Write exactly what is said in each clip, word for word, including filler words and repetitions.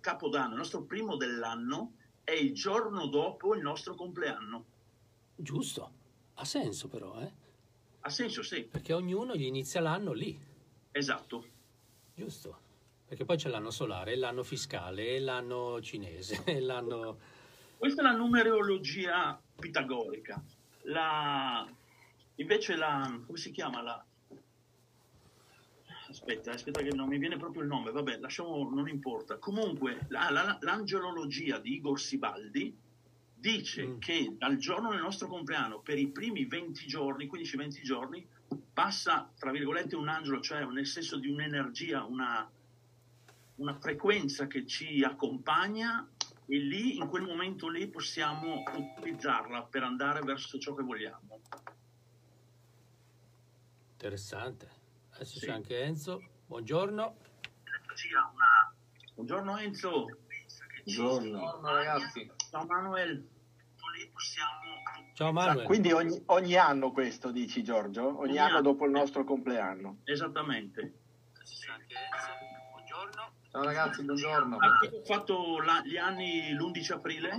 Capodanno, il nostro primo dell'anno è il giorno dopo il nostro compleanno. Giusto, ha senso però, eh? Ha senso, sì. Perché ognuno gli inizia l'anno lì. Esatto. Giusto. Perché poi c'è l'anno solare, l'anno fiscale, l'anno cinese, l'anno... Questa è la numerologia pitagorica. La... Invece la... come si chiama la... Aspetta, aspetta che non mi viene proprio il nome, vabbè, lasciamo, non importa. Comunque, la, la, l'angelologia di Igor Sibaldi dice mm. che dal giorno del nostro compleanno, per i primi venti giorni, quindici venti giorni, passa, tra virgolette, un angelo, cioè nel senso di un'energia, una, una frequenza che ci accompagna, e lì, in quel momento lì, possiamo utilizzarla per andare verso ciò che vogliamo. Interessante. Adesso sì. C'è anche Enzo. Buongiorno. Buongiorno Enzo. Buongiorno. Buongiorno ragazzi. Ciao Manuel. Ciao Manuel. Quindi ogni, ogni anno questo dici, Giorgio? Ogni, ogni anno, anno dopo il nostro compleanno. Esattamente. C'è anche Enzo. Buongiorno. Ciao ragazzi, buongiorno. Ho fatto la, gli anni l'undici aprile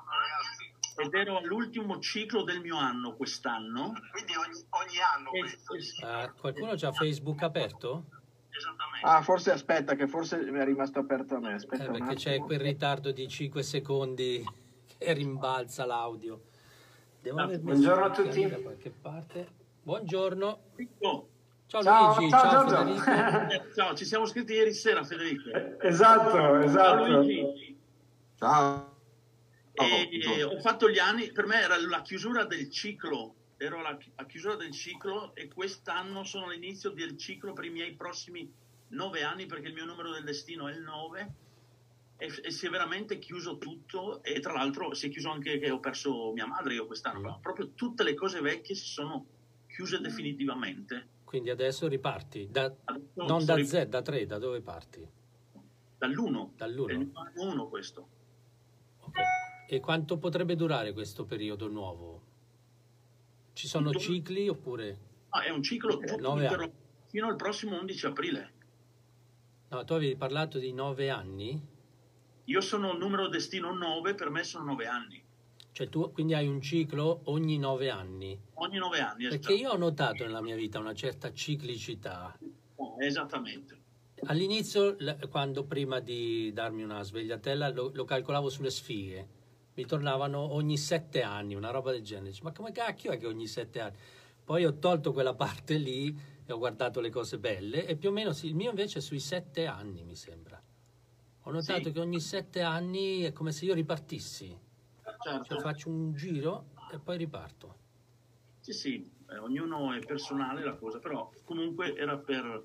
ed ero all'ultimo ciclo del mio anno quest'anno. Quindi ogni, ogni anno questo. Uh, qualcuno c'ha Facebook aperto? Esattamente. Ah, forse aspetta, che forse è rimasto aperto a me. Aspetta eh, perché c'è quel ritardo di cinque secondi che rimbalza l'audio. Devo ah, aver buongiorno a tutti. Da qualche parte. Buongiorno. Oh. Ciao, ciao Luigi, ciao, ciao, ciao Federico. Ciao, ci siamo scritti ieri sera, Federico. Esatto, esatto. Ciao Luigi. Ciao. E, e ho fatto gli anni, per me era la chiusura del ciclo, ero alla la chiusura del ciclo, e quest'anno sono l'inizio del ciclo per i miei prossimi nove anni, perché il mio numero del destino è il nove, e, e si è veramente chiuso tutto, e tra l'altro si è chiuso anche che ho perso mia madre io quest'anno, mm. proprio tutte le cose vecchie si sono chiuse definitivamente. Quindi adesso riparti, da, adesso non da zero, da tre, da dove parti? Dall'uno. Dall'uno. È il uno questo. Ok. E quanto potrebbe durare questo periodo nuovo? Ci sono tutto... cicli oppure? No, è un ciclo tutto intero, fino al prossimo undici aprile. No, tu avevi parlato di nove anni? Io sono numero destino nove, per me sono nove anni. Cioè tu quindi hai un ciclo ogni nove anni? Ogni nove anni, esatto. Perché io ho notato nella mia vita una certa ciclicità. Oh, esattamente. All'inizio, quando prima di darmi una svegliatella, lo, lo calcolavo sulle sfighe. Mi tornavano ogni sette anni, una roba del genere. Ma come cacchio è che ogni sette anni? Poi ho tolto quella parte lì e ho guardato le cose belle, e più o meno sì, il mio invece è sui sette anni, mi sembra. Ho notato sì. che ogni sette anni è come se io ripartissi. Certo. Cioè faccio un giro e poi riparto. Sì, sì, eh, ognuno è personale la cosa, però comunque era per...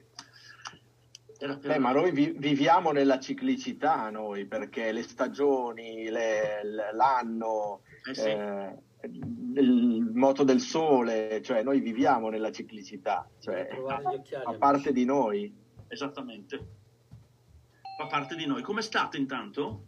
Era per... Beh, ma noi vi, viviamo nella ciclicità noi, perché le stagioni, le, l'anno, eh sì. eh, il moto del sole, cioè noi viviamo nella ciclicità, cioè fa parte di noi. Esattamente, fa parte di noi. Come state intanto?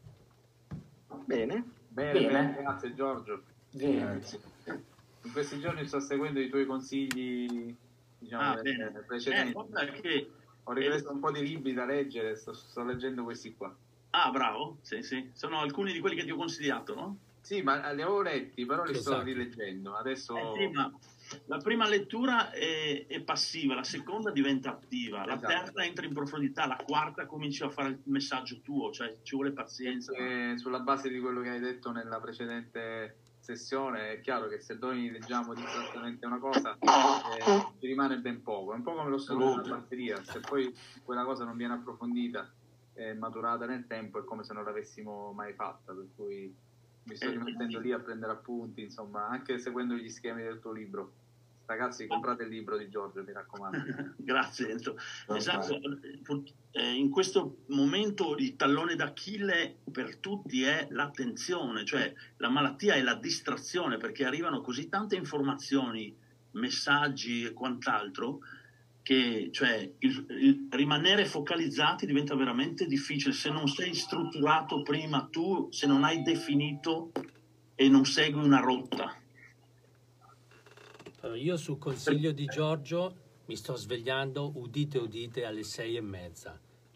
Bene. Bene, bene. bene, grazie Giorgio. Bene. In questi giorni sto seguendo i tuoi consigli, diciamo, ah, bene. precedenti. Eh, che... Ho ripreso eh... un po' di libri da leggere, sto, sto leggendo questi qua. Ah, bravo, sì, sì. Sono alcuni di quelli che ti ho consigliato, no? Sì, ma li avevo letti, però li esatto. sto rileggendo. Adesso... Eh sì, ma la prima lettura è, è passiva, la seconda diventa attiva, la esatto. terza entra in profondità, la quarta cominci a fare il messaggio tuo, cioè ci vuole pazienza. E sulla base di quello che hai detto nella precedente sessione è chiaro che se noi leggiamo distrattamente una cosa eh, ci rimane ben poco, è un po' come lo studio della batteria, se poi quella cosa non viene approfondita e maturata nel tempo è come se non l'avessimo mai fatta, per cui mi sto rimettendo lì a prendere appunti, insomma, anche seguendo gli schemi del tuo libro. Ragazzi, comprate il libro di Giorgio, mi raccomando. Grazie Enzo. Esatto, in questo momento il tallone d'Achille per tutti è l'attenzione, cioè la malattia è la distrazione, perché arrivano così tante informazioni, messaggi e quant'altro, che cioè il, il rimanere focalizzati diventa veramente difficile se non sei strutturato prima tu, se non hai definito e non segui una rotta. Io sul consiglio di Giorgio mi sto svegliando, udite udite, alle sei e mezza.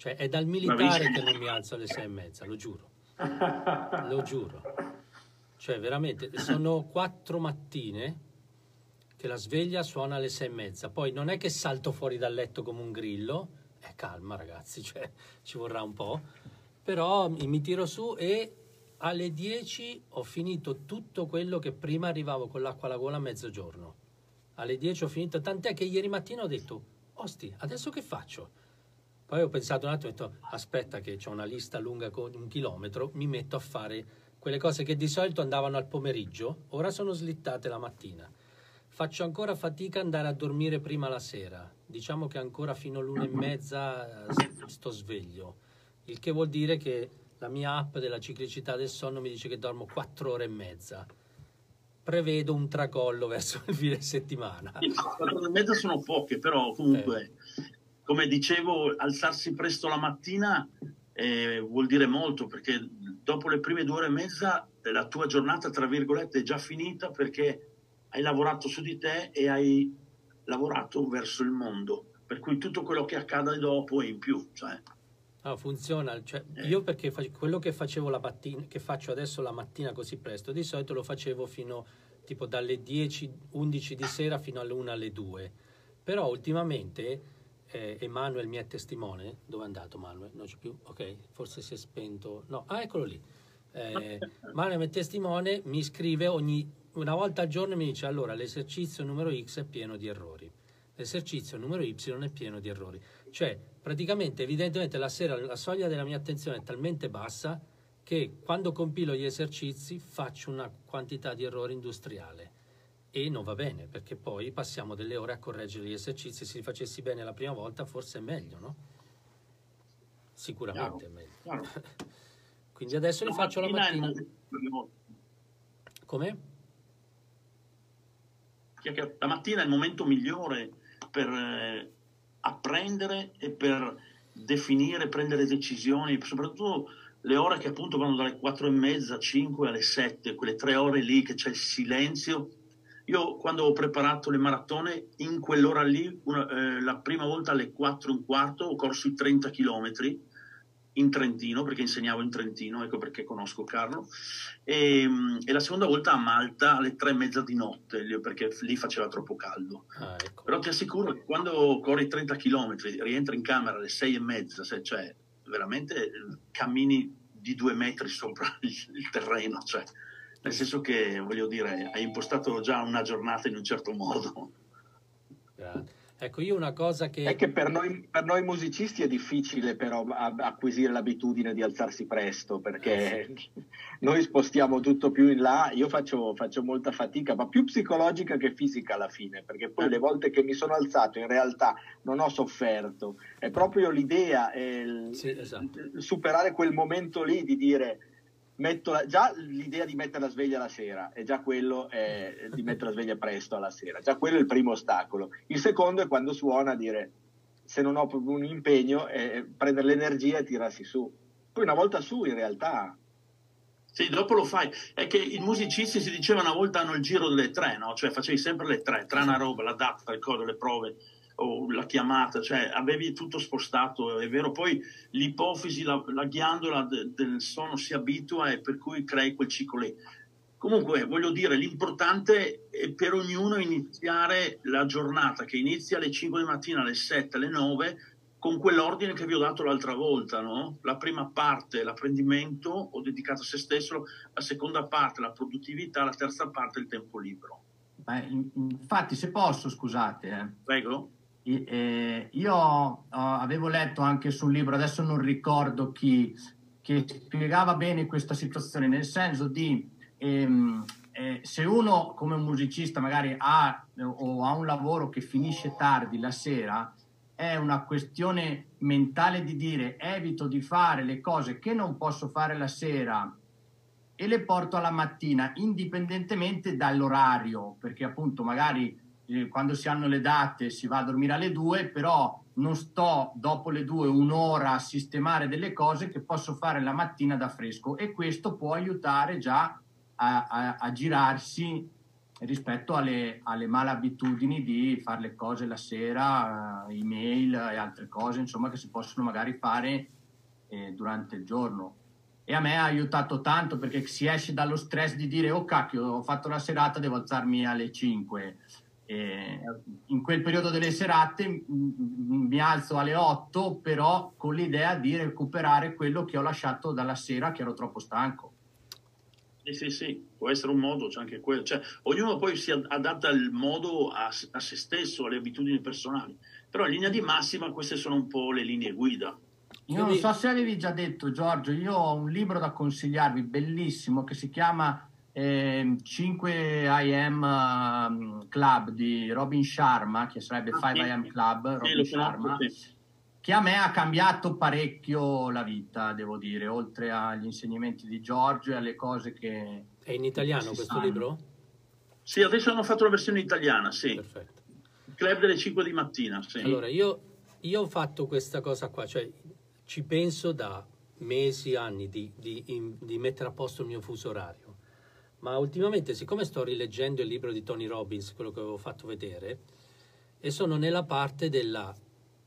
Cioè è dal militare che non mi alzo alle sei e mezza, lo giuro. Lo giuro. Cioè veramente, sono quattro mattine che la sveglia suona alle sei e mezza. Poi non è che salto fuori dal letto come un grillo, è calma ragazzi, cioè ci vorrà un po'. Però mi tiro su e alle dieci ho finito tutto quello che prima arrivavo con l'acqua alla gola a mezzogiorno. Alle dieci ho finito, tant'è che ieri mattina ho detto, osti, adesso che faccio? Poi ho pensato un attimo, ho detto, aspetta che c'ho una lista lunga con un chilometro, mi metto a fare quelle cose che di solito andavano al pomeriggio, ora sono slittate la mattina. Faccio ancora fatica ad andare a dormire prima la sera, diciamo che ancora fino all'una e mezza sto sveglio, il che vuol dire che la mia app della ciclicità del sonno mi dice che dormo quattro ore e mezza. Prevedo un tracollo verso il fine settimana. quattro ore e mezza sono poche, però comunque, eh. come dicevo, alzarsi presto la mattina eh, vuol dire molto, perché dopo le prime due ore e mezza la tua giornata, tra virgolette, è già finita, perché hai lavorato su di te e hai lavorato verso il mondo, per cui tutto quello che accade dopo è in più, cioè. Ah, funziona, cioè, io perché quello che facevo la mattina, che faccio adesso la mattina così presto, di solito lo facevo fino tipo dalle dieci undici di sera fino alle una alle due, però ultimamente eh, Emanuele mi è testimone. Dove è andato Manuel? Non c'è più? Ok, forse si è spento, no, ah eccolo lì. eh, Manuel mi è testimone, mi scrive ogni una volta al giorno e mi dice, allora l'esercizio numero X è pieno di errori, l'esercizio numero Y è pieno di errori. Cioè, praticamente, evidentemente, la sera la soglia della mia attenzione è talmente bassa che quando compilo gli esercizi faccio una quantità di errore industriale e non va bene, perché poi passiamo delle ore a correggere gli esercizi. Se li facessi bene la prima volta forse è meglio, no? Sicuramente Chiaro, è meglio. chiaro. Quindi adesso li faccio la mattina. Come? La mattina è il momento migliore per eh, apprendere e per definire, prendere decisioni, soprattutto le ore che appunto vanno dalle quattro e mezza, cinque alle sette, quelle tre ore lì che c'è il silenzio. Io quando ho preparato le maratone, in quell'ora lì, una, eh, la prima volta alle quattro e un quarto ho corso i trenta chilometri in Trentino, perché insegnavo in Trentino, ecco perché conosco Carlo, e, e la seconda volta a Malta alle tre e mezza di notte, perché lì faceva troppo caldo. Ah, ecco. Però ti assicuro che quando corri trenta chilometri, rientri in camera alle sei e mezza, se, cioè veramente cammini di due metri sopra il, il terreno, cioè, nel senso che, voglio dire, hai impostato già una giornata in un certo modo. Grazie. Ecco, io una cosa che... È che per noi, per noi musicisti è difficile però acquisire l'abitudine di alzarsi presto, perché eh, sì. Noi spostiamo tutto più in là. Io faccio, faccio molta fatica, ma più psicologica che fisica alla fine, perché poi le volte che mi sono alzato in realtà non ho sofferto. È proprio l'idea, è il, sì, esatto. superare quel momento lì di dire... Metto la, già l'idea di mettere la sveglia la sera è già quello, è, di mettere la sveglia presto alla sera, già quello è il primo ostacolo. Il secondo è quando suona dire, se non ho proprio un impegno, è prendere l'energia e tirarsi su. Poi una volta su in realtà sì, dopo lo fai. È che i musicisti, si diceva una volta, hanno il giro delle tre, no? Cioè facevi sempre le tre, tra una roba, la data, il codo, le prove o la chiamata, cioè avevi tutto spostato, è vero. Poi l'ipofisi, la, la ghiandola de, del sonno si abitua e per cui crei quel ciclo lì. Comunque, voglio dire, l'importante è per ognuno iniziare la giornata, che inizia alle cinque di mattina, alle sette, alle nove, con quell'ordine che vi ho dato l'altra volta, no? La prima parte, l'apprendimento o dedicato a se stesso, la seconda parte, la produttività, la terza parte, il tempo libero. Beh, infatti, se posso, scusate. Eh. Prego. Eh, io uh, avevo letto anche su un libro, adesso non ricordo chi, che spiegava bene questa situazione, nel senso di ehm, eh, se uno come un musicista magari ha o ha un lavoro che finisce tardi la sera, è una questione mentale di dire evito di fare le cose che non posso fare la sera e le porto alla mattina indipendentemente dall'orario, perché appunto magari eh, quando si hanno le date si va a dormire alle due, però non sto dopo le due un'ora a sistemare delle cose che posso fare la mattina da fresco, e questo può aiutare già a, a, a girarsi rispetto alle, alle male abitudini di fare le cose la sera, eh, email e altre cose, insomma, che si possono magari fare eh, durante il giorno. E a me ha aiutato tanto, perché si esce dallo stress di dire oh cacchio, ho fatto la serata, devo alzarmi alle cinque. E in quel periodo delle serate m- mi alzo alle otto, però con l'idea di recuperare quello che ho lasciato dalla sera, che ero troppo stanco. Sì, sì, sì, può essere un modo, c'è anche quello. Cioè, ognuno poi si adatta il modo a, a se stesso, alle abitudini personali. Però in linea di massima queste sono un po' le linee guida. Io non so se avevi già detto, Giorgio, io ho un libro da consigliarvi, bellissimo, che si chiama eh, cinque I M Club di Robin Sharma, che sarebbe Ah, cinque sì. I M Club, Sì, Robin lo Sharma, conosco, sì. che a me ha cambiato parecchio la vita, devo dire, oltre agli insegnamenti di Giorgio e alle cose che... È in italiano che si questo sanno. libro? Sì, adesso hanno fatto la versione italiana, sì. Perfetto. Il club delle cinque di mattina, sì. Allora, io, io ho fatto questa cosa qua, cioè ci penso da mesi, anni di, di, in- di mettere a posto il mio fuso orario, ma ultimamente, siccome sto rileggendo il libro di Tony Robbins, quello che avevo fatto vedere, e sono nella parte della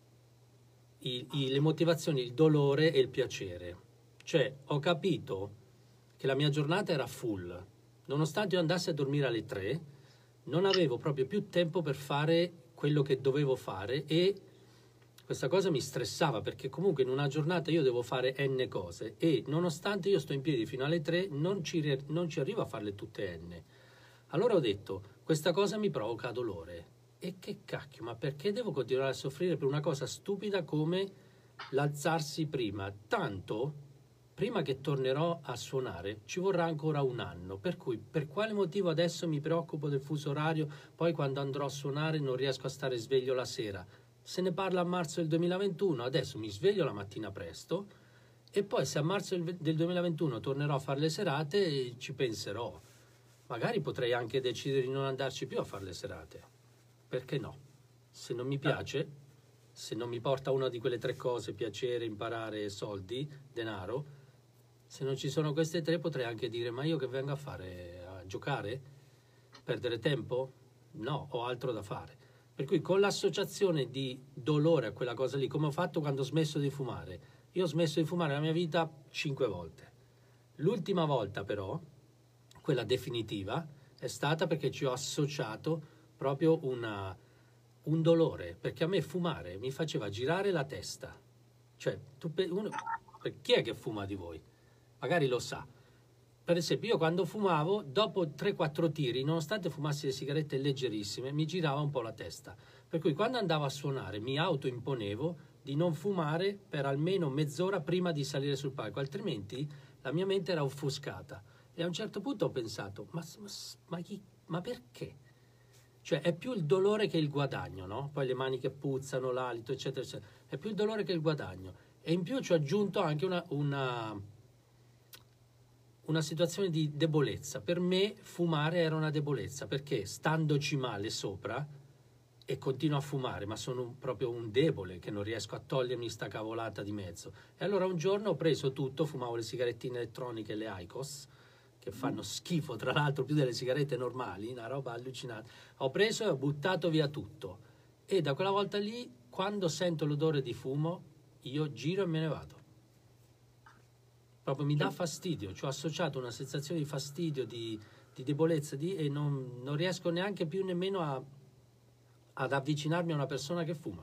i- i- le motivazioni, il dolore e il piacere. Cioè, ho capito che la mia giornata era full, nonostante io andassi a dormire alle tre, non avevo proprio più tempo per fare quello che dovevo fare, e questa cosa mi stressava, perché comunque in una giornata io devo fare n cose, e nonostante io sto in piedi fino alle tre non ci, ri- non ci arrivo a farle tutte n. Allora ho detto, questa cosa mi provoca dolore, e che cacchio, ma perché devo continuare a soffrire per una cosa stupida come l'alzarsi prima? Tanto prima che tornerò a suonare ci vorrà ancora un anno, per cui per quale motivo adesso mi preoccupo del fuso orario, poi quando andrò a suonare non riesco a stare sveglio la sera? Se ne parla a marzo del duemilaventuno, adesso mi sveglio la mattina presto, e poi se a marzo del del duemilaventuno tornerò a fare le serate ci penserò. Magari potrei anche decidere di non andarci più a fare le serate. Perché no? Se non mi piace, se non mi porta una di quelle tre cose, piacere, imparare, soldi, denaro, se non ci sono queste tre potrei anche dire, ma io che vengo a fare? A giocare? Perdere tempo? No, ho altro da fare. Per cui con l'associazione di dolore a quella cosa lì, come ho fatto quando ho smesso di fumare, io ho smesso di fumare nella mia vita cinque volte. L'ultima volta però, quella definitiva, è stata perché ci ho associato proprio una, un dolore, perché a me fumare mi faceva girare la testa. Cioè, tu, pe- uno, per- chi è che fuma di voi? Magari lo sa. Per esempio, io quando fumavo, dopo tre quattro tiri, nonostante fumassi le sigarette leggerissime, mi girava un po' la testa. Per cui quando andavo a suonare mi autoimponevo di non fumare per almeno mezz'ora prima di salire sul palco, altrimenti la mia mente era offuscata. E a un certo punto ho pensato, ma, ma, ma chi- ma perché? Cioè è più il dolore che il guadagno, no? Poi le mani che puzzano, l'alito, eccetera, eccetera. È più il dolore che il guadagno. E in più ci ho aggiunto anche una, una, una situazione di debolezza. Per me fumare era una debolezza, perché standoci male sopra e continuo a fumare, ma sono un- proprio un debole che non riesco a togliermi sta cavolata di mezzo. E allora un giorno ho preso tutto, fumavo le sigarettine elettroniche, le IQOS, che fanno schifo tra l'altro più delle sigarette normali, una roba allucinante. Ho preso e ho buttato via tutto, e da quella volta lì, quando sento l'odore di fumo, io giro e me ne vado. Proprio mi dà fastidio, ci ho associato una sensazione di fastidio, di, di debolezza, di, e non, non riesco neanche più nemmeno a, ad avvicinarmi a una persona che fuma.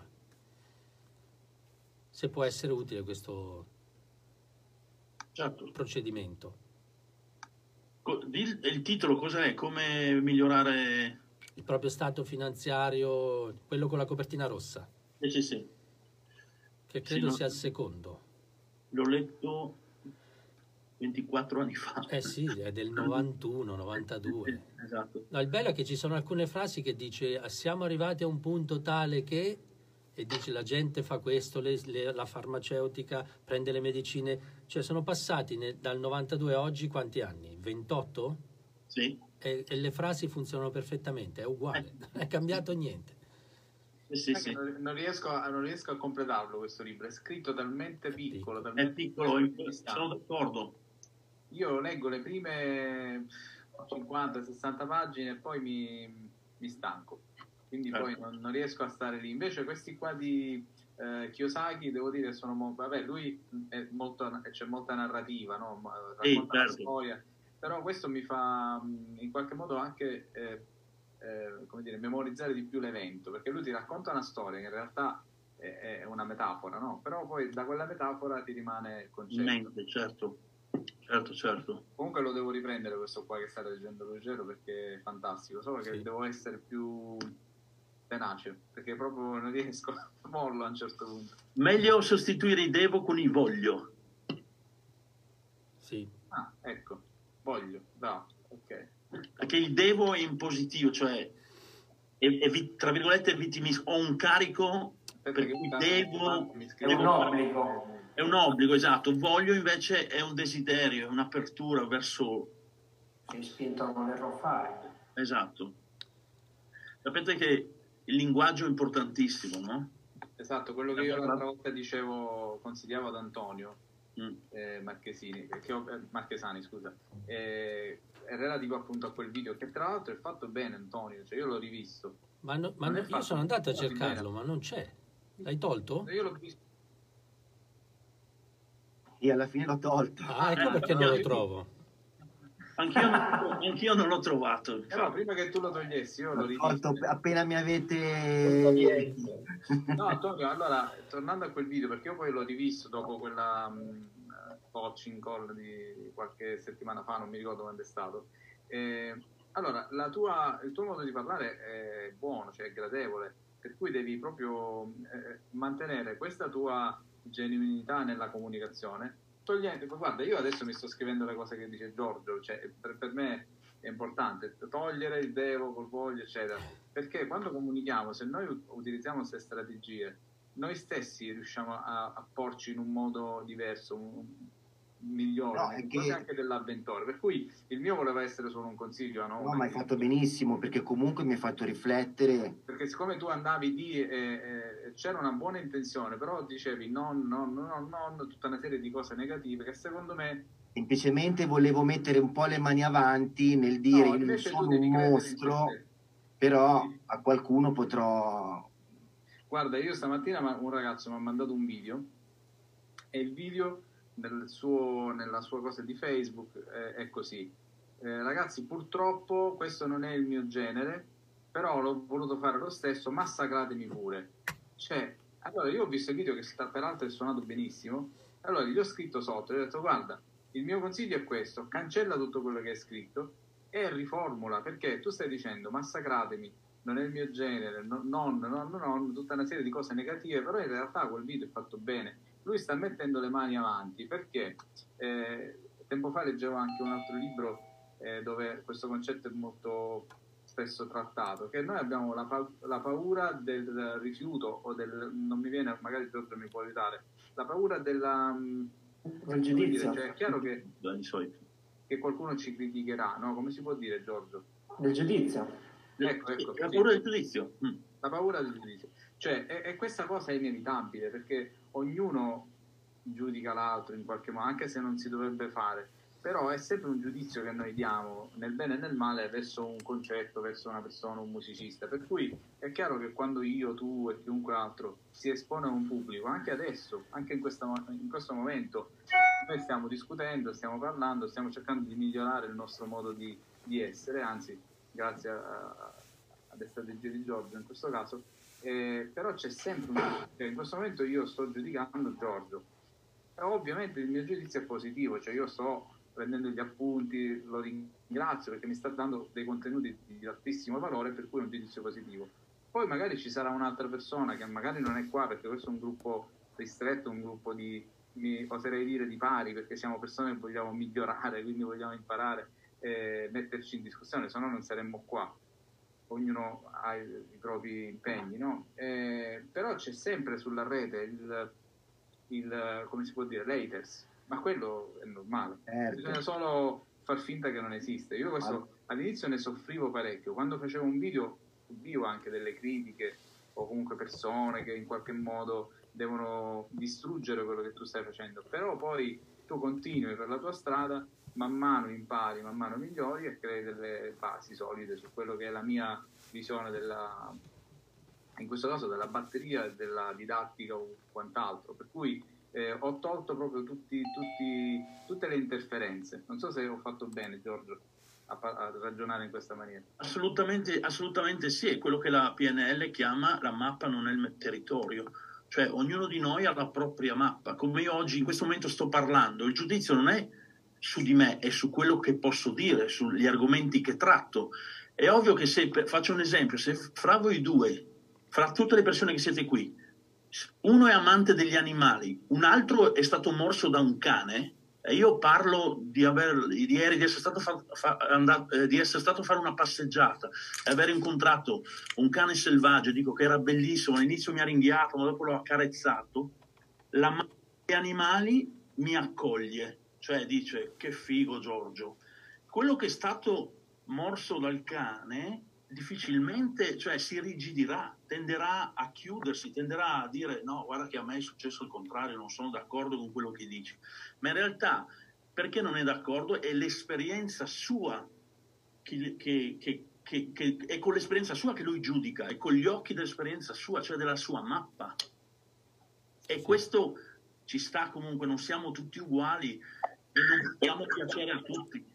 Se può essere utile questo Certo. procedimento. Co- di- Il titolo cos'è? Come migliorare... Il proprio stato finanziario, quello con la copertina rossa, Eh, sì, sì, che Sì, credo no. sia il secondo. l'ho letto ventiquattro anni fa. Eh sì, è del novantuno, novantadue. Esatto. No, il bello è che ci sono alcune frasi che dice siamo arrivati a un punto tale che, e dice la gente fa questo, le- le- la farmaceutica prende le medicine, cioè sono passati ne- dal novantadue a oggi quanti anni? ventotto? Sì. E, e le frasi funzionano perfettamente, è uguale, non è cambiato niente. Sì, sì, Sai che sì. non, non riesco a, non riesco a completarlo questo libro, è scritto talmente piccolo, È talmente piccolo, talmente sono d'accordo. Io leggo le prime cinquanta sessanta pagine e poi mi, mi stanco, quindi certo. poi non, non riesco a stare lì. Invece questi qua di eh, Kiyosaki, devo dire, sono molto, vabbè, lui è molto, c'è molta narrativa, no? Racconta Sì, la certo. storia, però questo mi fa in qualche modo anche eh, eh, come dire, memorizzare di più l'evento, perché lui ti racconta una storia che in realtà è, è una metafora, no? Però poi da quella metafora ti rimane il concetto. In mente, certo, certo, certo. Comunque lo devo riprendere questo qua che sta leggendo Ruggero, perché è fantastico, solo che Sì. devo essere più tenace, perché proprio non riesco a mollo a un certo punto. Meglio sostituire i devo con i voglio. Sì. Ah, ecco, voglio, bravo, ok. Perché il devo è in positivo, cioè è, è vi- tra virgolette vittimismo, ho un carico Aspetta per che cui tanto devo, mi È scrivo- un obbligo. è un obbligo, esatto. Voglio invece è un desiderio, è un'apertura verso, Sei spinto a volerlo fare. esatto. Sapete che il linguaggio è importantissimo, no? Esatto, quello che io l'altra volta dicevo, consigliavo ad Antonio Mm. eh, Marchesini, che ho- eh, Marchesani, scusa, eh, è relativo appunto a quel video, che tra l'altro è fatto bene, Antonio, cioè io l'ho rivisto. Ma, no- ma Non è no- io fatto- sono andato a fatto cercarlo, bene. ma non c'è. L'hai tolto? Io l'ho visto. E alla fine l'ho tolto. Ah, ecco Eh, perché non lo trovo. Anch'io, anch'io non l'ho trovato. Però prima che tu lo togliessi, io l'ho L'ho rivisto. tolto appena mi avete... No, Antonio, allora, tornando a quel video, perché io poi l'ho rivisto dopo quella mh, coaching call di qualche settimana fa, non mi ricordo quando è stato. Eh, allora, la tua, il tuo modo di parlare è buono, cioè è gradevole, per cui devi proprio eh, mantenere questa tua genuinità nella comunicazione. Togliendo, guarda, io adesso mi sto scrivendo le cose che dice Giorgio, cioè per, per me è importante togliere il devo col voglio, eccetera, perché quando comunichiamo, se noi utilizziamo queste strategie, noi stessi riusciamo a, a porci in un modo diverso, un, migliore, No, è cose che- anche dell'avventore. Per cui il mio voleva essere solo un consiglio, no? No, ma hai fatto benissimo, perché comunque mi hai fatto riflettere. Perché siccome tu andavi lì e, e c'era una buona intenzione, però dicevi non, non, non, non, tutta una serie di cose negative che secondo me... Semplicemente volevo mettere un po' le mani avanti nel dire No, io non invece tu sono devi un credere in mostro, te. però a qualcuno potrò... Guarda, io stamattina ma- un ragazzo mi ha mandato un video e il video nel suo, nella sua cosa di Facebook è, è così. Eh, ragazzi, purtroppo questo non è il mio genere, però l'ho voluto fare lo stesso, massacratemi pure. Cioè, allora io ho visto il video che sta, peraltro è suonato benissimo, allora gli ho scritto sotto, gli ho detto guarda, il mio consiglio è questo, cancella tutto quello che hai scritto e riformula, perché tu stai dicendo massacratemi, non è il mio genere, non, non, non, non, tutta una serie di cose negative, però in realtà quel video è fatto bene. Lui sta mettendo le mani avanti, perché eh, tempo fa leggevo anche un altro libro eh, dove questo concetto è molto spesso trattato, che noi abbiamo la, pa- la paura del rifiuto o del, non mi viene, magari Giorgio mi può aiutare, la paura della... mh, Del giudizio. dire, cioè, è chiaro che, Di solito. che qualcuno ci criticherà, no? Come si può dire, Giorgio? Del giudizio. Ecco, ecco, La sì. paura del giudizio. Mm. La paura del giudizio. Cioè, e, e questa cosa è inevitabile, perché ognuno giudica l'altro in qualche modo, anche se non si dovrebbe fare, però è sempre un giudizio che noi diamo nel bene e nel male verso un concetto, verso una persona, un musicista, per cui è chiaro che quando io, tu e chiunque altro si espone a un pubblico, anche adesso, anche in, questa, in questo momento, noi stiamo discutendo, stiamo parlando, stiamo cercando di migliorare il nostro modo di, di essere, anzi grazie a, a, alle strategie di Giorgio in questo caso, eh, però c'è sempre un cioè, in questo momento io sto giudicando Giorgio, e ovviamente il mio giudizio è positivo, cioè io sto prendendo gli appunti, lo ringrazio perché mi sta dando dei contenuti di altissimo valore, per cui è un giudizio positivo. Poi magari ci sarà un'altra persona che magari non è qua, perché questo è un gruppo ristretto, un gruppo di, mi oserei dire, di pari, perché siamo persone che vogliamo migliorare, quindi vogliamo imparare, eh, metterci in discussione, se no non saremmo qua. Ognuno ha i, i propri impegni, no? Eh, però c'è sempre sulla rete il, il come si può dire, l'haters, ma quello è normale. Certo. Bisogna solo far finta che non esiste. Io questo all'inizio ne soffrivo parecchio, quando facevo un video subivo anche delle critiche o comunque persone che in qualche modo devono distruggere quello che tu stai facendo, però poi tu continui per la tua strada, man mano impari, man mano migliori e crei delle basi solide su quello che è la mia visione della, in questo caso della batteria e della didattica o quant'altro, per cui eh, ho tolto proprio tutti, tutti, tutte le interferenze. Non so se ho fatto bene, Giorgio, a, a ragionare in questa maniera. Assolutamente, assolutamente sì, è quello che la P N L chiama la mappa non è il territorio, cioè ognuno di noi ha la propria mappa. Come io oggi in questo momento sto parlando, il giudizio non è su di me, è su quello che posso dire, sugli argomenti che tratto. È ovvio che se, faccio un esempio, se fra voi due, fra tutte le persone che siete qui, uno è amante degli animali, un altro è stato morso da un cane, e io parlo di, aver, di ieri di essere stato, fa, fa, andato, eh, di essere stato a fare una passeggiata e aver incontrato un cane selvaggio, dico che era bellissimo, all'inizio mi ha ringhiato, ma dopo l'ho accarezzato, la mappa degli animali mi accoglie. Cioè dice, che figo Giorgio. Quello che è stato morso dal cane difficilmente, cioè, si rigidirà, tenderà a chiudersi, tenderà a dire no, guarda che a me è successo il contrario, non sono d'accordo con quello che dici. Ma in realtà, perché non è d'accordo? È l'esperienza sua, che, che, che, che, che è con l'esperienza sua che lui giudica, è con gli occhi dell'esperienza sua, cioè della sua mappa. E questo ci sta comunque, non siamo tutti uguali, e non possiamo piacere a tutti.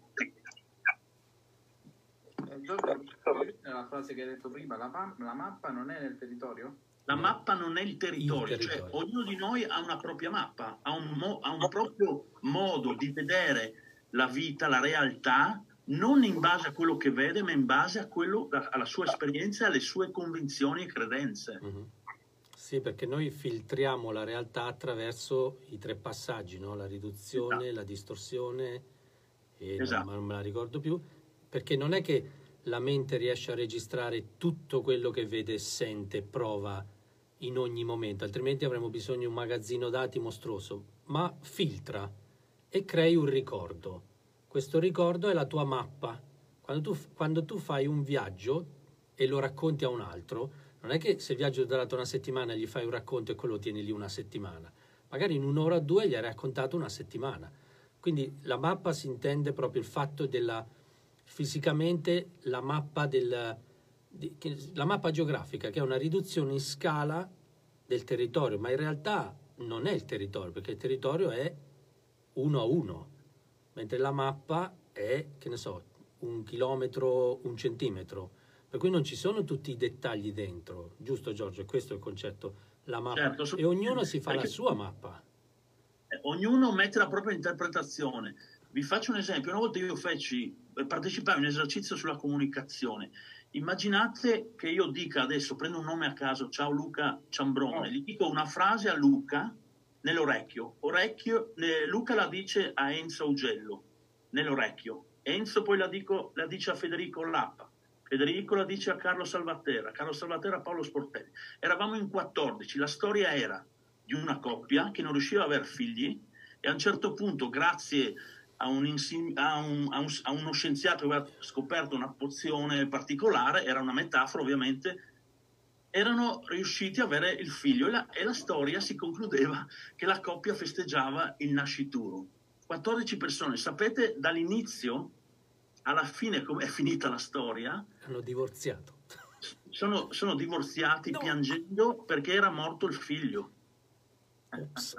Eh, Giorgio, la frase che hai detto prima, la, ma- la mappa non è nel territorio? La mappa non è il territorio, il territorio. Cioè ognuno di noi ha una propria mappa, ha un, mo- ha un proprio modo di vedere la vita, la realtà, non in base a quello che vede, ma in base a quello, alla sua esperienza, alle sue convinzioni e credenze. Mm-hmm. Sì, perché noi filtriamo la realtà attraverso i tre passaggi, no? La riduzione, esatto. La distorsione, e esatto. non, non me la ricordo più, perché non è che la mente riesce a registrare tutto quello che vede, sente, prova in ogni momento, altrimenti avremmo bisogno di un magazzino dati mostruoso, ma filtra e crei un ricordo. Questo ricordo è la tua mappa. Quando tu, quando tu fai un viaggio e lo racconti a un altro, non è che se il viaggio è durato una settimana gli fai un racconto e quello tieni lì una settimana. Magari in un'ora o due gli hai raccontato una settimana. Quindi la mappa si intende proprio il fatto della, fisicamente, la mappa, del, di, la mappa geografica, che è una riduzione in scala del territorio, ma in realtà non è il territorio, perché il territorio è uno a uno, mentre la mappa è, che ne so, un chilometro, un centimetro. Per cui non ci sono tutti i dettagli dentro, giusto Giorgio? Questo è il concetto, la mappa. Certo, e ognuno si fa la sua mappa. Ognuno mette la propria interpretazione. Vi faccio un esempio. Una volta io feci, partecipai a un esercizio sulla comunicazione. Immaginate che io dica adesso, prendo un nome a caso, ciao Luca Ciambrone, gli dico una frase a Luca nell'orecchio. Orecchio, Luca la dice a Enzo Augello nell'orecchio. Enzo poi la, dico, la dice a Federico Lappa. Federico la dice a Carlo Salvatera, Carlo Salvatera a Paolo Sportelli. Eravamo in quattordici, la storia era di una coppia che non riusciva ad avere figli e a un certo punto, grazie a, un insim- a, un, a, un, a uno scienziato che aveva scoperto una pozione particolare, era una metafora ovviamente, erano riusciti ad avere il figlio e la, e la storia si concludeva che la coppia festeggiava il nascituro. quattordici persone, sapete dall'inizio alla fine come è finita la storia? Hanno divorziato. Sono, sono divorziati no. piangendo perché era morto il figlio. Ops.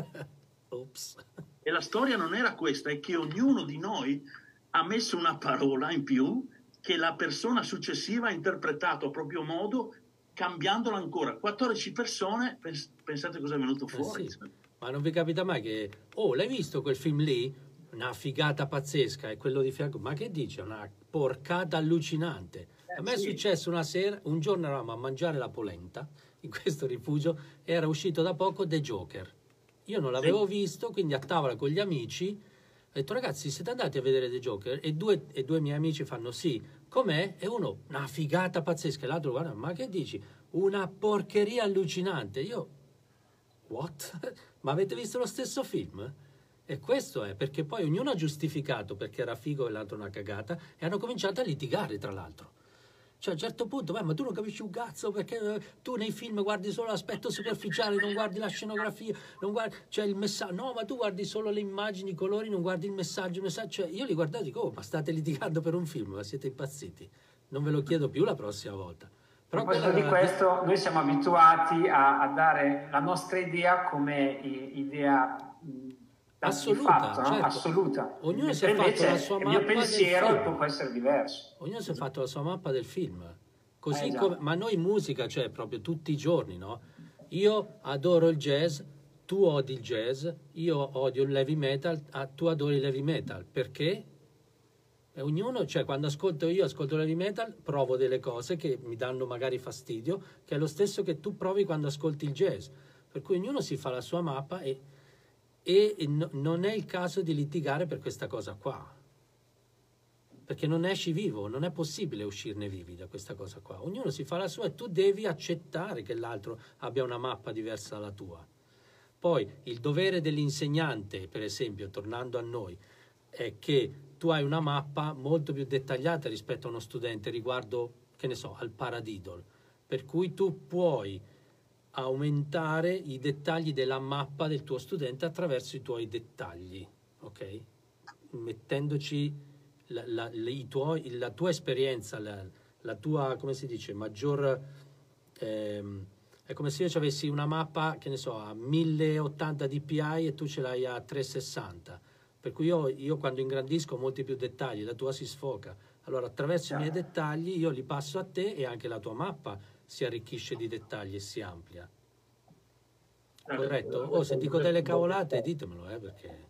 Ops. E la storia non era questa, è che ognuno di noi ha messo una parola in più che la persona successiva ha interpretato a proprio modo, cambiandola ancora. quattordici persone, pens- pensate cosa è venuto fuori. Eh sì. Ma non vi capita mai che, oh, l'hai visto quel film lì? Una figata pazzesca, e quello di fianco, ma che dice? Una porcata allucinante. A me è sì. successo una sera, un giorno eravamo a mangiare la polenta in questo rifugio e era uscito da poco The Joker. Io non l'avevo sì. visto, quindi a tavola con gli amici ho detto ragazzi siete andati a vedere The Joker? E due, e due miei amici fanno sì, com'è? E uno, una figata pazzesca, e l'altro guarda, ma che dici? Una porcheria allucinante. Io, what? Ma avete visto lo stesso film? E questo è perché poi ognuno ha giustificato perché era figo e l'altro una cagata e hanno cominciato a litigare tra l'altro. Cioè a un certo punto, beh, ma tu non capisci un cazzo perché eh, tu nei film guardi solo l'aspetto superficiale, non guardi la scenografia, non guardi, cioè il messaggio, no, ma tu guardi solo le immagini, i colori, non guardi il messaggio, il messaggio. Cioè, io li guardavo e dico, oh, ma state litigando per un film, ma siete impazziti. Non ve lo chiedo più la prossima volta. Però a proposito di questo, noi siamo abituati a, a dare la nostra idea come idea assoluta, fatto, no? certo. Assoluta. Ognuno si è fatto la sua mappa. Il mio pensiero del film. può essere diverso. Ognuno si è fatto la sua mappa del film. Così eh, come, ma noi musica, cioè proprio tutti i giorni, no? Io adoro il jazz, tu odi il jazz, io odio il heavy metal, ah, tu adori il heavy metal. Perché? E ognuno, cioè quando ascolto io, ascolto l'heavy metal, provo delle cose che mi danno magari fastidio, che è lo stesso che tu provi quando ascolti il jazz. Per cui ognuno si fa la sua mappa e, e no, non è il caso di litigare per questa cosa qua. Perché non esci vivo, non è possibile uscirne vivi da questa cosa qua. Ognuno si fa la sua e tu devi accettare che l'altro abbia una mappa diversa dalla tua. Poi il dovere dell'insegnante, per esempio, tornando a noi, è che tu hai una mappa molto più dettagliata rispetto a uno studente riguardo, che ne so, al paradiddle, per cui tu puoi aumentare i dettagli della mappa del tuo studente attraverso i tuoi dettagli, ok? Mettendoci la, la, i tuoi, la tua esperienza, la, la tua, come si dice, maggior... Ehm, è come se io ci avessi una mappa, che ne so, a mille ottanta dpi e tu ce l'hai a trecentosessanta. Per cui io, io quando ingrandisco ho molti più dettagli, la tua si sfoca. Allora attraverso i miei dettagli io li passo a te e anche la tua mappa si arricchisce di dettagli e si amplia. Corretto? Oh, se dico delle cavolate ditemelo, eh, perché...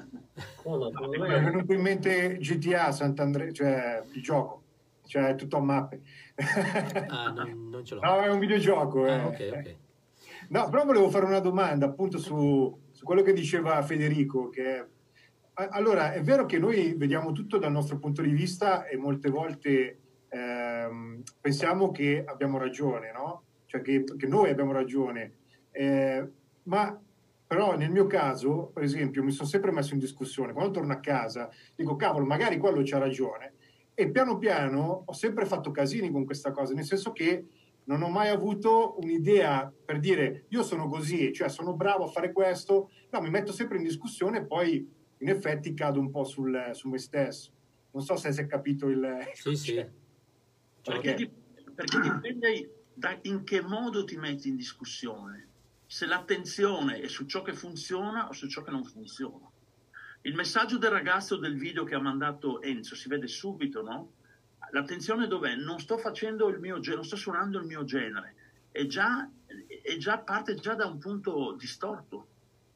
Mi è venuto in mente G T A Sant'Andrea, cioè il gioco, cioè tutto a mappe. Ah, non, non ce l'ho. No, è un videogioco. Ah, eh. ok, ok. No, però volevo fare una domanda appunto su, su quello che diceva Federico, che allora è vero che noi vediamo tutto dal nostro punto di vista e molte volte ehm, pensiamo che abbiamo ragione, no? Cioè che, che noi abbiamo ragione, eh, ma però nel mio caso, per esempio, mi sono sempre messo in discussione. Quando torno a casa dico, cavolo, magari quello c'ha ragione, e piano piano ho sempre fatto casini con questa cosa, nel senso che non ho mai avuto un'idea per dire io sono così, cioè sono bravo a fare questo, no, mi metto sempre in discussione e poi in effetti cado un po' sul, su me stesso. Non so se si è capito il... Sì, sì. Perché, di, perché dipende da in che modo ti metti in discussione. Se l'attenzione è su ciò che funziona o su ciò che non funziona. Il messaggio del ragazzo del video che ha mandato Enzo si vede subito, no? L'attenzione dov'è? Non sto facendo il mio genere, non sto suonando il mio genere. È già, è già parte già da un punto distorto.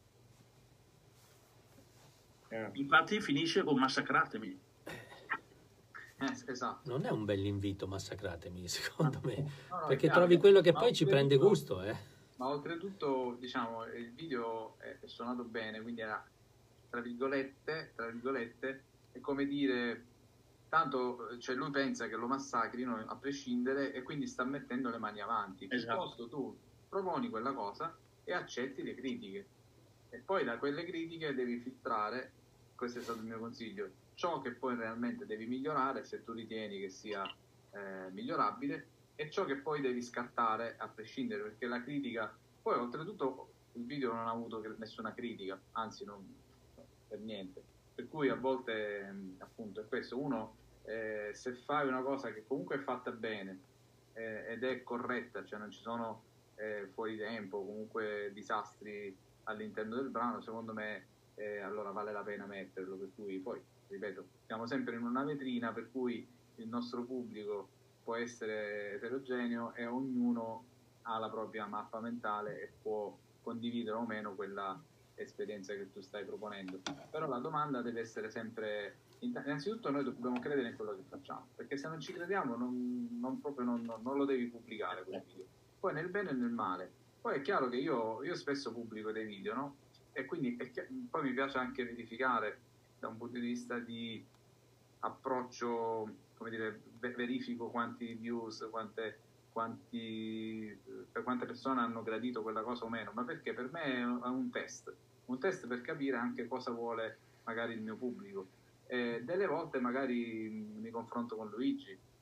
Yeah. Infatti finisce con massacratemi. Eh, esatto. Non è un bell'invito, massacratemi, secondo me, no, no, perché chiaro, trovi quello che poi ci prende tutto, gusto. Eh. Ma oltretutto, diciamo, il video è, è suonato bene, quindi era, tra virgolette, tra virgolette, è come dire, tanto, cioè lui pensa che lo massacrino a prescindere e quindi sta mettendo le mani avanti. Piuttosto tu proponi quella cosa e accetti le critiche. E poi da quelle critiche devi filtrare, questo è stato il mio consiglio, ciò che poi realmente devi migliorare se tu ritieni che sia eh, migliorabile e ciò che poi devi scartare a prescindere, perché la critica, poi oltretutto il video non ha avuto nessuna critica, anzi non per niente, per cui a volte appunto è questo, uno eh, se fai una cosa che comunque è fatta bene eh, ed è corretta, cioè non ci sono eh, fuori tempo, comunque disastri all'interno del brano, secondo me eh, allora vale la pena metterlo, per cui poi, ripeto, siamo sempre in una vetrina per cui il nostro pubblico può essere eterogeneo e ognuno ha la propria mappa mentale e può condividere o meno quella esperienza che tu stai proponendo, però la domanda deve essere sempre, innanzitutto noi dobbiamo credere in quello che facciamo, perché se non ci crediamo non, non, proprio non, non lo devi pubblicare quel video, poi nel bene e nel male. Poi è chiaro che io, io spesso pubblico dei video, no? E quindi è chiaro, poi mi piace anche verificare da un punto di vista di approccio, come dire, verifico quanti views, quante, quanti, per quante persone hanno gradito quella cosa o meno, ma perché per me è un test, un test per capire anche cosa vuole magari il mio pubblico. E delle volte magari mi confronto con Luigi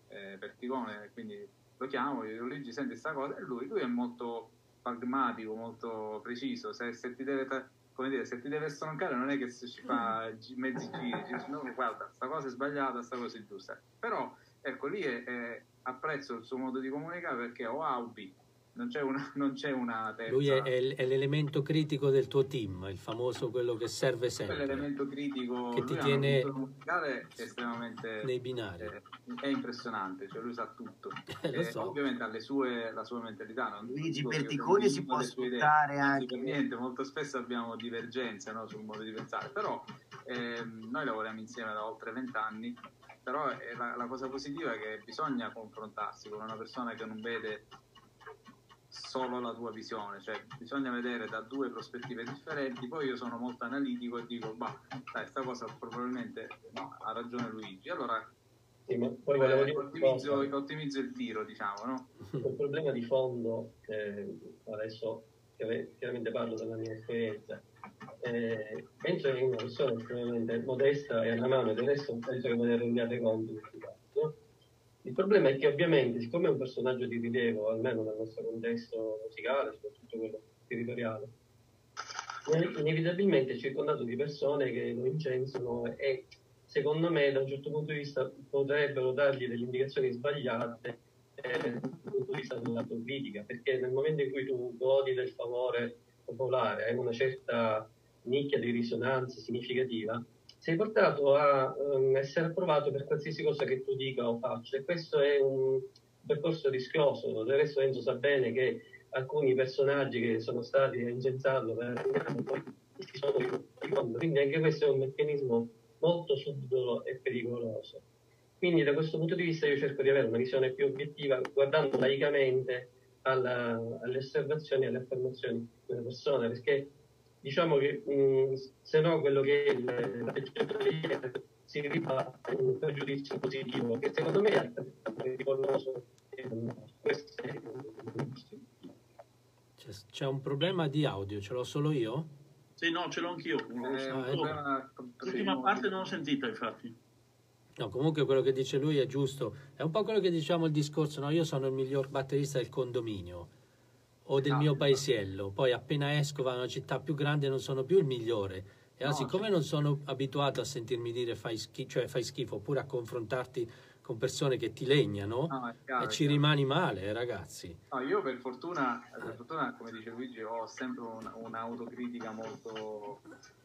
eh, Perticone, quindi lo chiamo, gli dico Luigi senti sta cosa, e lui, lui è molto pragmatico, molto preciso, se, se ti deve come dire, se ti deve stroncare non è che se ci fa mezzi giri, dice, no, guarda, sta cosa è sbagliata, sta cosa è giusta, però ecco lì è, è, apprezzo il suo modo di comunicare perché o A o B, non c'è una, non c'è una terza. Lui è, è, è l'elemento critico del tuo team, il famoso quello che serve sempre. L'elemento critico che ti lui tiene musicale è estremamente nei binari. È, è impressionante, cioè lui sa tutto. Eh, lo so. Ovviamente ha le sue, la sua mentalità. Non Luigi dico Perticone si può sfruttare anche. Per niente, molto spesso abbiamo divergenze, no, sul modo di pensare, però ehm, noi lavoriamo insieme da oltre vent'anni. Però è la, la cosa positiva è che bisogna confrontarsi con una persona che non vede solo la tua visione, cioè bisogna vedere da due prospettive differenti. Poi io sono molto analitico e dico bah, dai, sta cosa probabilmente no, ha ragione Luigi, allora sì, ma poi volevo dire ottimizzo, ottimizzo il tiro, diciamo, no? Il problema di fondo, eh, adesso chiaramente parlo della mia esperienza, eh, penso che una persona estremamente modesta e alla mano, del resto penso che me ne rendiate conto, no? Il problema è che ovviamente, siccome è un personaggio di rilievo, almeno nel nostro contesto musicale, soprattutto quello territoriale, inevitabilmente è circondato di persone che lo incensono e, secondo me, da un certo punto di vista potrebbero dargli delle indicazioni sbagliate eh, dal punto di vista dell'autocritica, perché nel momento in cui tu godi del favore popolare, hai una certa nicchia di risonanza significativa, sei portato a um, essere approvato per qualsiasi cosa che tu dica o faccia, e questo è un percorso rischioso. Del resto Enzo sa bene che alcuni personaggi che sono stati incensati poi si sono riconosciuti, quindi anche questo è un meccanismo molto subdolo e pericoloso. Quindi da questo punto di vista io cerco di avere una visione più obiettiva, guardando laicamente alla, alle osservazioni e alle affermazioni delle persone, perché diciamo che mh, se no quello che è l'atteggiamento si rifà un pregiudizio positivo che secondo me è pericoloso. C'è, c'è un problema di audio, ce l'ho solo io? Sì, no, ce l'ho anch'io. Eh, Ah, problema... L'ultima parte non l'ho sentita, infatti. No, comunque quello che dice lui è giusto. È un po' quello che diciamo il discorso, no? Io sono il miglior batterista del condominio o del no, mio no. paesiello, poi appena esco va a una città più grande non sono più il migliore. E allora, No, siccome cioè... non sono abituato a sentirmi dire fai schifo, cioè fai schifo, oppure a confrontarti con persone che ti legnano, no, chiaro, e ci rimani male, eh, ragazzi. No, io per fortuna, per fortuna, come dice Luigi, ho sempre un, un'autocritica molto,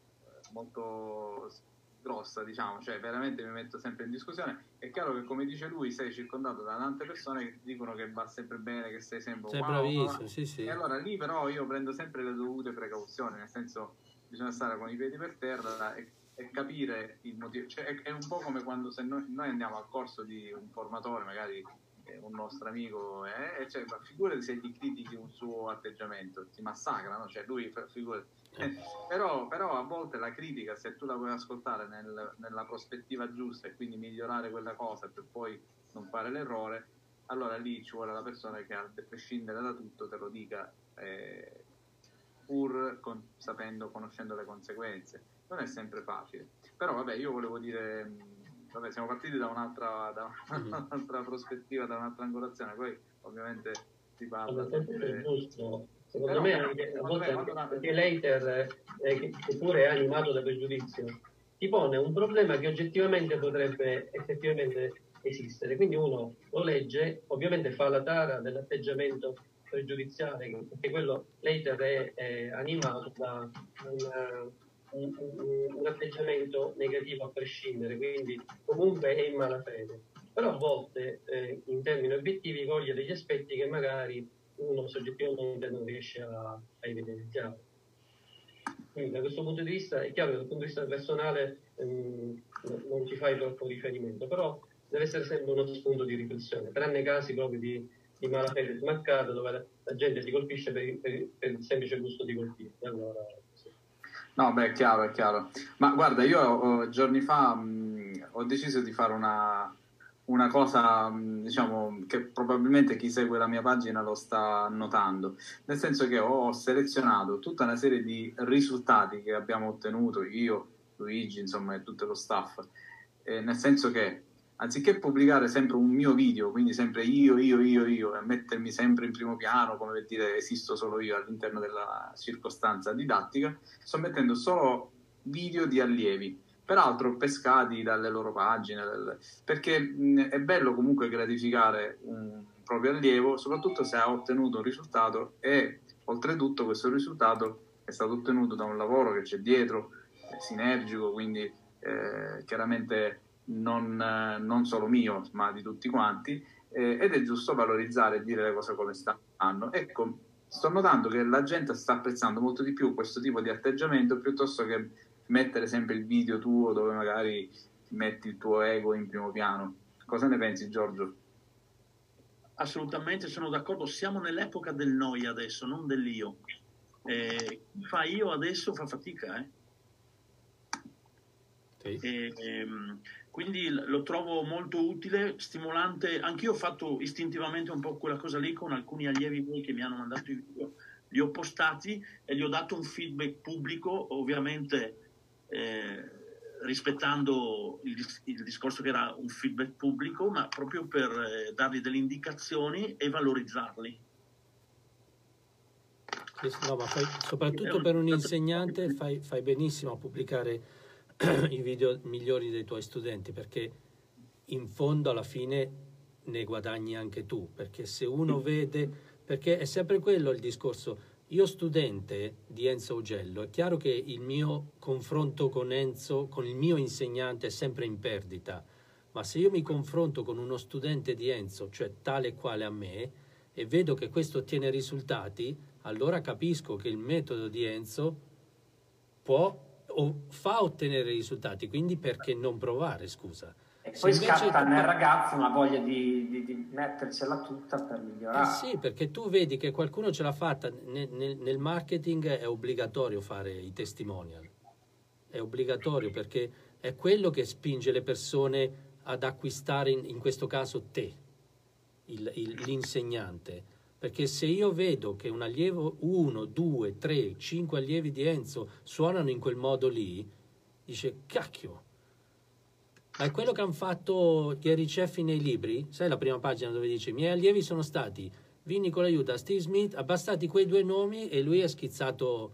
molto grossa, diciamo, cioè veramente mi metto sempre in discussione. È chiaro che, come dice lui, sei circondato da tante persone che ti dicono che va sempre bene, che sei sempre sei wow, bravissimo, wow. Sì, sì. E allora lì però io prendo sempre le dovute precauzioni, nel senso bisogna stare con i piedi per terra e, e capire il motivo, cioè è, è un po' come quando se noi, noi andiamo al corso di un formatore, magari eh, un nostro amico, eh, e cioè, ma figurati se gli critichi un suo atteggiamento, ti massacra, no? Cioè lui figurati. Eh, però, però a volte la critica, se tu la vuoi ascoltare nel, nella prospettiva giusta e quindi migliorare quella cosa per poi non fare l'errore, allora lì ci vuole la persona che a prescindere da tutto te lo dica, eh, pur con, sapendo, conoscendo le conseguenze. Non è sempre facile, però vabbè, io volevo dire, vabbè, siamo partiti da un'altra, da un'altra prospettiva, da un'altra angolazione, poi ovviamente si parla sempre... giusto. Secondo però, me anche, a volte me, anche, la... anche l'hater, eh, che, che pure è animato da pregiudizio, ti pone un problema che oggettivamente potrebbe effettivamente esistere. Quindi uno lo legge, ovviamente fa la tara dell'atteggiamento pregiudiziale, perché quello l'hater è, è animato da una, un, un, un atteggiamento negativo a prescindere, quindi comunque è in malafede. Però a volte eh, in termini obiettivi coglie degli aspetti che magari uno soggettivamente non riesce a, a evidenziare. Quindi da questo punto di vista è chiaro che dal punto di vista personale ehm, non ci fai troppo riferimento, però deve essere sempre uno spunto di riflessione, tranne casi proprio di, di malafede smaccata dove la, la gente ti colpisce per, per, per il semplice gusto di colpire. Allora, sì. No, beh, è chiaro, è chiaro. Ma guarda, io oh, giorni fa mh, ho deciso di fare una... una cosa, diciamo, che probabilmente chi segue la mia pagina lo sta notando, nel senso che ho selezionato tutta una serie di risultati che abbiamo ottenuto io, Luigi, insomma, e tutto lo staff, eh, nel senso che anziché pubblicare sempre un mio video, quindi sempre io, io, io, io, e mettermi sempre in primo piano, come per dire esisto solo io all'interno della circostanza didattica, sto mettendo solo video di allievi, peraltro pescati dalle loro pagine, del... perché mh, è bello comunque gratificare un proprio allievo, soprattutto se ha ottenuto un risultato, e oltretutto questo risultato è stato ottenuto da un lavoro che c'è dietro, è sinergico, quindi eh, chiaramente non, eh, non solo mio, ma di tutti quanti, eh, ed è giusto valorizzare e dire le cose come stanno. Ecco, sto notando che la gente sta apprezzando molto di più questo tipo di atteggiamento, piuttosto che mettere sempre il video tuo dove magari metti il tuo ego in primo piano. Cosa ne pensi, Giorgio? Assolutamente, sono d'accordo. Siamo nell'epoca del noi adesso, non dell'io. Eh, chi fa io adesso fa fatica, eh? Sì. E, ehm, quindi lo trovo molto utile, stimolante. Anch'io ho fatto istintivamente un po' quella cosa lì con alcuni allievi miei che mi hanno mandato i video, li ho postati e gli ho dato un feedback pubblico, ovviamente eh, rispettando il, il discorso che era un feedback pubblico, ma proprio per eh, dargli delle indicazioni e valorizzarli. No, ma fai, soprattutto per un insegnante fai, fai benissimo a pubblicare i video migliori dei tuoi studenti, perché in fondo alla fine ne guadagni anche tu, perché se uno vede, perché è sempre quello il discorso. Io studente di Enzo Augello, è chiaro che il mio confronto con Enzo, con il mio insegnante è sempre in perdita, ma se io mi confronto con uno studente di Enzo, cioè tale quale a me, e vedo che questo ottiene risultati, allora capisco che il metodo di Enzo può o fa ottenere risultati, quindi perché non provare, scusa? E poi scatta tu... nel ragazzo una voglia di, di, di mettercela tutta per migliorare. Eh sì, perché tu vedi che qualcuno ce l'ha fatta. Nel, nel, nel marketing è obbligatorio fare i testimonial, è obbligatorio, perché è quello che spinge le persone ad acquistare, in, in questo caso te, il, il, l'insegnante. Perché se io vedo che un allievo, uno, due, tre, cinque allievi di Enzo suonano in quel modo lì, dice, cacchio, ma è quello che hanno fatto Gary Ceffi nei libri? Sai la prima pagina dove dice, i miei allievi sono stati Vinny con l'aiuto, Steve Smith, ha bastati quei due nomi e lui è schizzato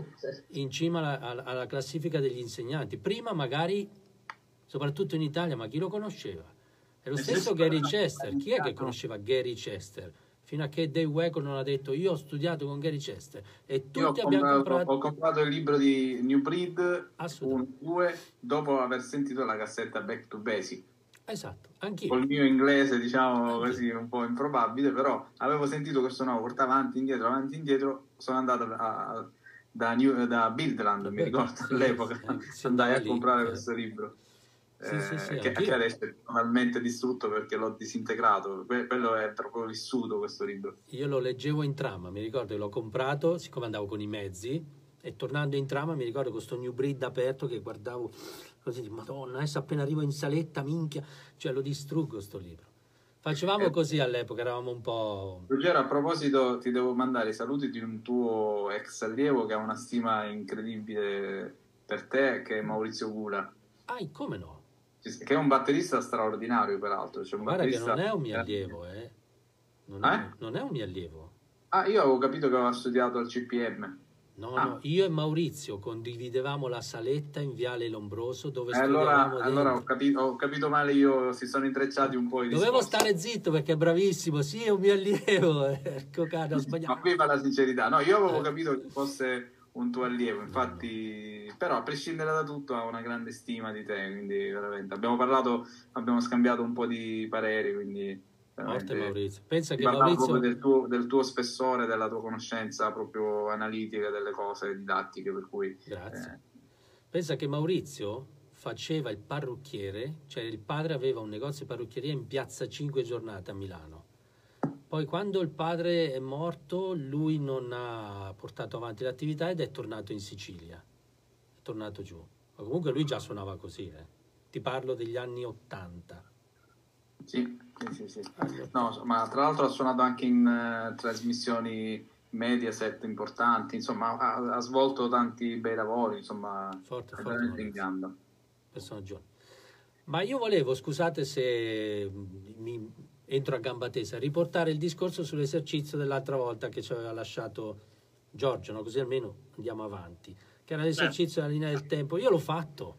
in cima alla, alla, alla classifica degli insegnanti. Prima magari, soprattutto in Italia, ma chi lo conosceva? È lo stesso Gary Chester. Chi è che conosceva Gary Chester? Fino a che Dave Weckl non ha detto io ho studiato con Gary Chester e tutti Io ho abbiamo comprato, comprato... ho comprato il libro di New Breed uno, due, dopo aver sentito la cassetta Back to Basic. Esatto, anch'io. Col mio inglese, diciamo così, un po' improbabile, però avevo sentito questo nuovo, porta avanti, indietro, avanti, indietro, sono andato a, da, New, da Buildland, mi ricordo sì, all'epoca, sì, andai a lì, comprare eh. questo libro. Sì, eh, sì, sì, che, che adesso è totalmente distrutto perché l'ho disintegrato. Quello è proprio vissuto, questo libro. Io lo leggevo in trama, mi ricordo che l'ho comprato siccome andavo con i mezzi, e tornando in trama mi ricordo questo New Breed aperto che guardavo così, madonna, adesso appena arrivo in saletta, minchia, cioè lo distruggo sto libro. Facevamo eh. così all'epoca, eravamo un po'... Ruggero, a proposito ti devo mandare i saluti di un tuo ex allievo che ha una stima incredibile per te, che è Maurizio Gula. Ah, come no? Che è un batterista straordinario, peraltro. Cioè un Guarda batterista... che non è un mio allievo, eh? Non, eh? È, non è un mio allievo. Ah, io avevo capito che aveva studiato al C P M. No, ah. no, io e Maurizio condividevamo la saletta in Viale Lombroso dove eh, allora, studiavamo allora ho, capito, ho capito male io, si sono intrecciati un po' i discorsi. Dovevo stare zitto perché è bravissimo, sì, è un mio allievo. Ecco, caro, ho sbagliato. Ma qui fa la sincerità. No, io avevo eh. capito che fosse un tuo allievo, infatti, però a prescindere da tutto ha una grande stima di te, quindi veramente abbiamo parlato, abbiamo scambiato un po' di pareri, quindi Forte Maurizio. Pensa che parlavo Maurizio... proprio del tuo, del tuo spessore, della tua conoscenza proprio analitica delle cose didattiche, per cui grazie. Eh. Pensa che Maurizio faceva il parrucchiere, cioè il padre aveva un negozio di parrucchieria in Piazza Cinque Giornate a Milano. Poi quando il padre è morto lui non ha portato avanti l'attività ed è tornato in Sicilia, è tornato giù. Ma comunque lui già suonava così, eh. Ti parlo degli anni ottanta. Sì, sì, sì, sì. No, ma tra l'altro ha suonato anche in uh, trasmissioni Mediaset importanti, insomma ha, ha svolto tanti bei lavori, insomma forte, è forte veramente in gamba. Personaggio. Ma io volevo, scusate se mi entro a gamba tesa, riportare il discorso sull'esercizio dell'altra volta che ci aveva lasciato Giorgio, no? Così almeno andiamo avanti, che era l'esercizio della linea del tempo. Io l'ho fatto,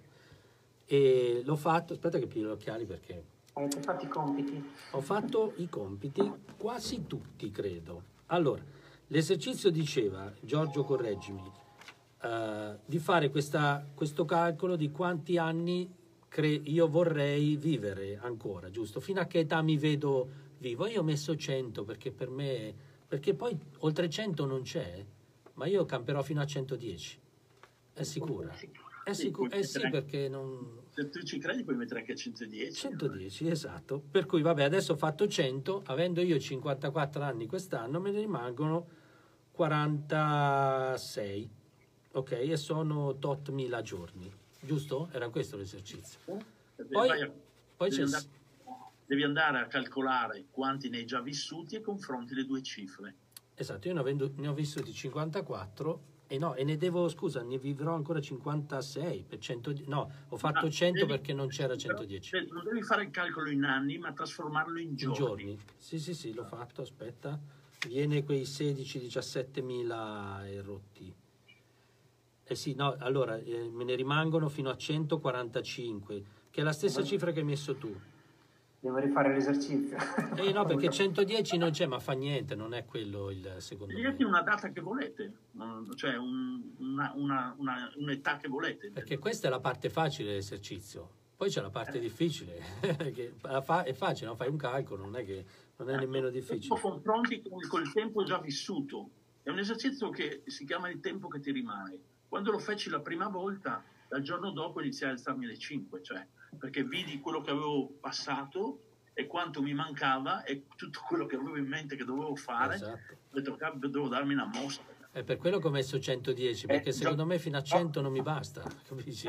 e l'ho fatto, aspetta che piglio gli occhiali perché... Avete fatto i compiti? Ho fatto i compiti, quasi tutti credo. Allora, l'esercizio diceva, Giorgio correggimi, uh, di fare questa, questo calcolo di quanti anni cre- io vorrei vivere ancora, giusto? Fino a che età mi vedo vivo? Io ho messo cento perché per me, perché poi oltre cento non c'è, ma io camperò fino a centodieci, è sicura? È sicuro, eh sì, perché non... Se tu ci credi puoi mettere anche centodieci. centodieci, esatto. Per cui vabbè, adesso ho fatto cento, avendo io cinquantaquattro anni quest'anno, me ne rimangono quarantasei, ok? E sono tot mila giorni, giusto? Era questo l'esercizio. Poi, Vai a- poi devi, c'è... andare, devi andare a calcolare quanti ne hai già vissuti e confronti le due cifre. Esatto, io ne ho, vendu- ne ho vissuti cinquantaquattro e no, e ne devo, scusa, ne vivrò ancora cinquantasei per cento, no, ho fatto Ah, cento devi- perché non c'era però, centodieci. cioè, non devi fare il calcolo in anni, ma trasformarlo in In giorni. giorni? Sì, sì, sì, l'ho fatto, aspetta. Viene quei sedici diciassette mila e rotti. Eh sì, no, allora, eh, me ne rimangono fino a centoquarantacinque, che è la stessa cifra che hai messo tu. Devo rifare l'esercizio. Eh no, perché centodieci non c'è, ma fa niente, non è quello il secondo Scegliete me. una data che volete, non- cioè un- una- una- una- un'età che volete. Perché questa è la parte facile dell'esercizio. Poi c'è la parte difficile, che la fa- è facile, no? Fai un calcolo, non è che non è nemmeno difficile. Lo confronti con, col tempo già vissuto. È un esercizio che si chiama il tempo che ti rimane. Quando lo feci la prima volta, dal giorno dopo iniziai a alzarmi alle cinque, cioè, perché vidi quello che avevo passato e quanto mi mancava e tutto quello che avevo in mente che dovevo fare. Esatto. Ho detto, "Cavolo, devo darmi una mossa." È per quello che ho messo centodieci, perché Eh, secondo Gio- me fino a cento non mi basta, capisci?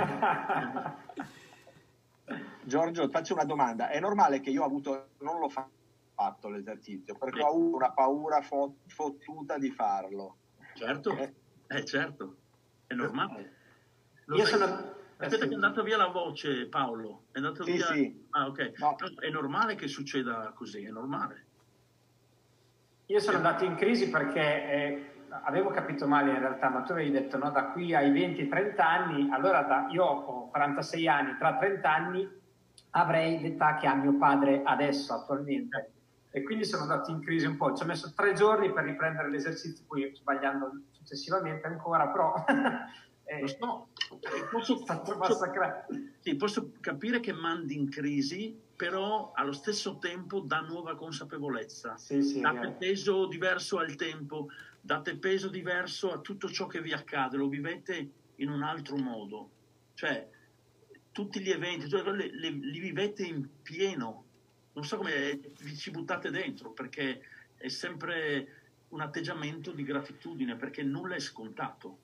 Giorgio, faccio una domanda. È normale che io ho avuto, non l'ho fa- fatto l'esercizio, perché ho avuto una paura fo- fottuta di farlo. Certo, Eh. eh, certo, è normale. Lo Io sai- sono... Aspetta che è andata via la voce, Paolo. È andato Sì, via... sì. Ah, ok. No. È normale che succeda così, è normale. Io sono andato in crisi perché eh, avevo capito male in realtà, ma tu avevi detto no, da qui ai venti trenta anni, allora da, io ho quarantasei anni, tra trenta anni avrei l'età che ha mio padre adesso, attualmente. E quindi sono andato in crisi un po', ci ho messo tre giorni per riprendere l'esercizio, poi sbagliando successivamente ancora, però... eh, Lo so, posso, Fatto posso- massacrare. sì, posso capire che mandi in crisi, però allo stesso tempo dà nuova consapevolezza. Sì, sì, Date eh. peso diverso al tempo, date peso diverso a tutto ciò che vi accade, lo vivete in un altro modo. Cioè, tutti gli eventi, tutte le- le- li vivete in pieno. Non so come vi ci buttate dentro, perché è sempre un atteggiamento di gratitudine, perché nulla è scontato.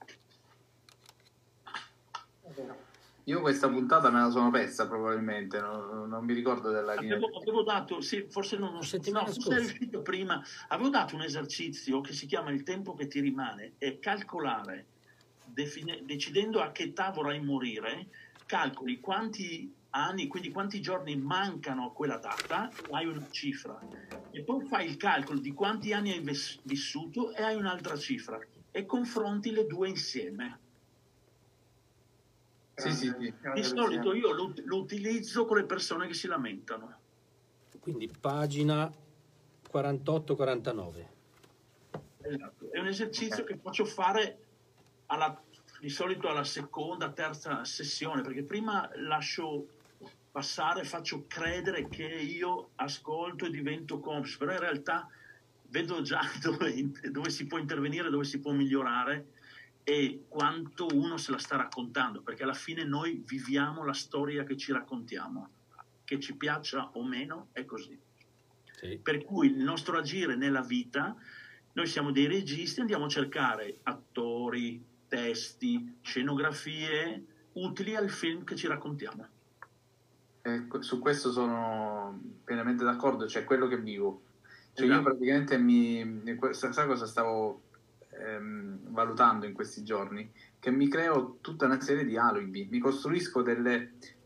È vero. Io questa puntata me la sono persa probabilmente, non, non mi ricordo della linea. Avevo, avevo dato, sì, forse non La settimana no, forse scorsa. è riuscito prima, avevo dato un esercizio che si chiama il tempo che ti rimane e calcolare, define- decidendo a che età vorrai morire, calcoli quanti anni, quindi quanti giorni mancano a quella data, hai una cifra e poi fai il calcolo di quanti anni hai ves- vissuto e hai un'altra cifra e confronti le due insieme. Sì, sì, sì. Di Grande solito io lo, lo utilizzo con le persone che si lamentano. Quindi pagina quarantotto quarantanove. Esatto. È un esercizio che faccio fare alla, di solito alla seconda, terza sessione, perché prima lascio passare, faccio credere che io ascolto e divento complice, però in realtà vedo già dove, dove si può intervenire, dove si può migliorare e quanto uno se la sta raccontando, perché alla fine noi viviamo la storia che ci raccontiamo, che ci piaccia o meno, è così. Sì. Per cui il nostro agire nella vita, noi siamo dei registi, andiamo a cercare attori, testi, scenografie utili al film che ci raccontiamo. Eh, su questo sono pienamente d'accordo, cioè quello che vivo. Cioè io Esatto. praticamente mi... Sai cosa stavo ehm, valutando in questi giorni? Che mi creo tutta una serie di alibi, mi costruisco delle,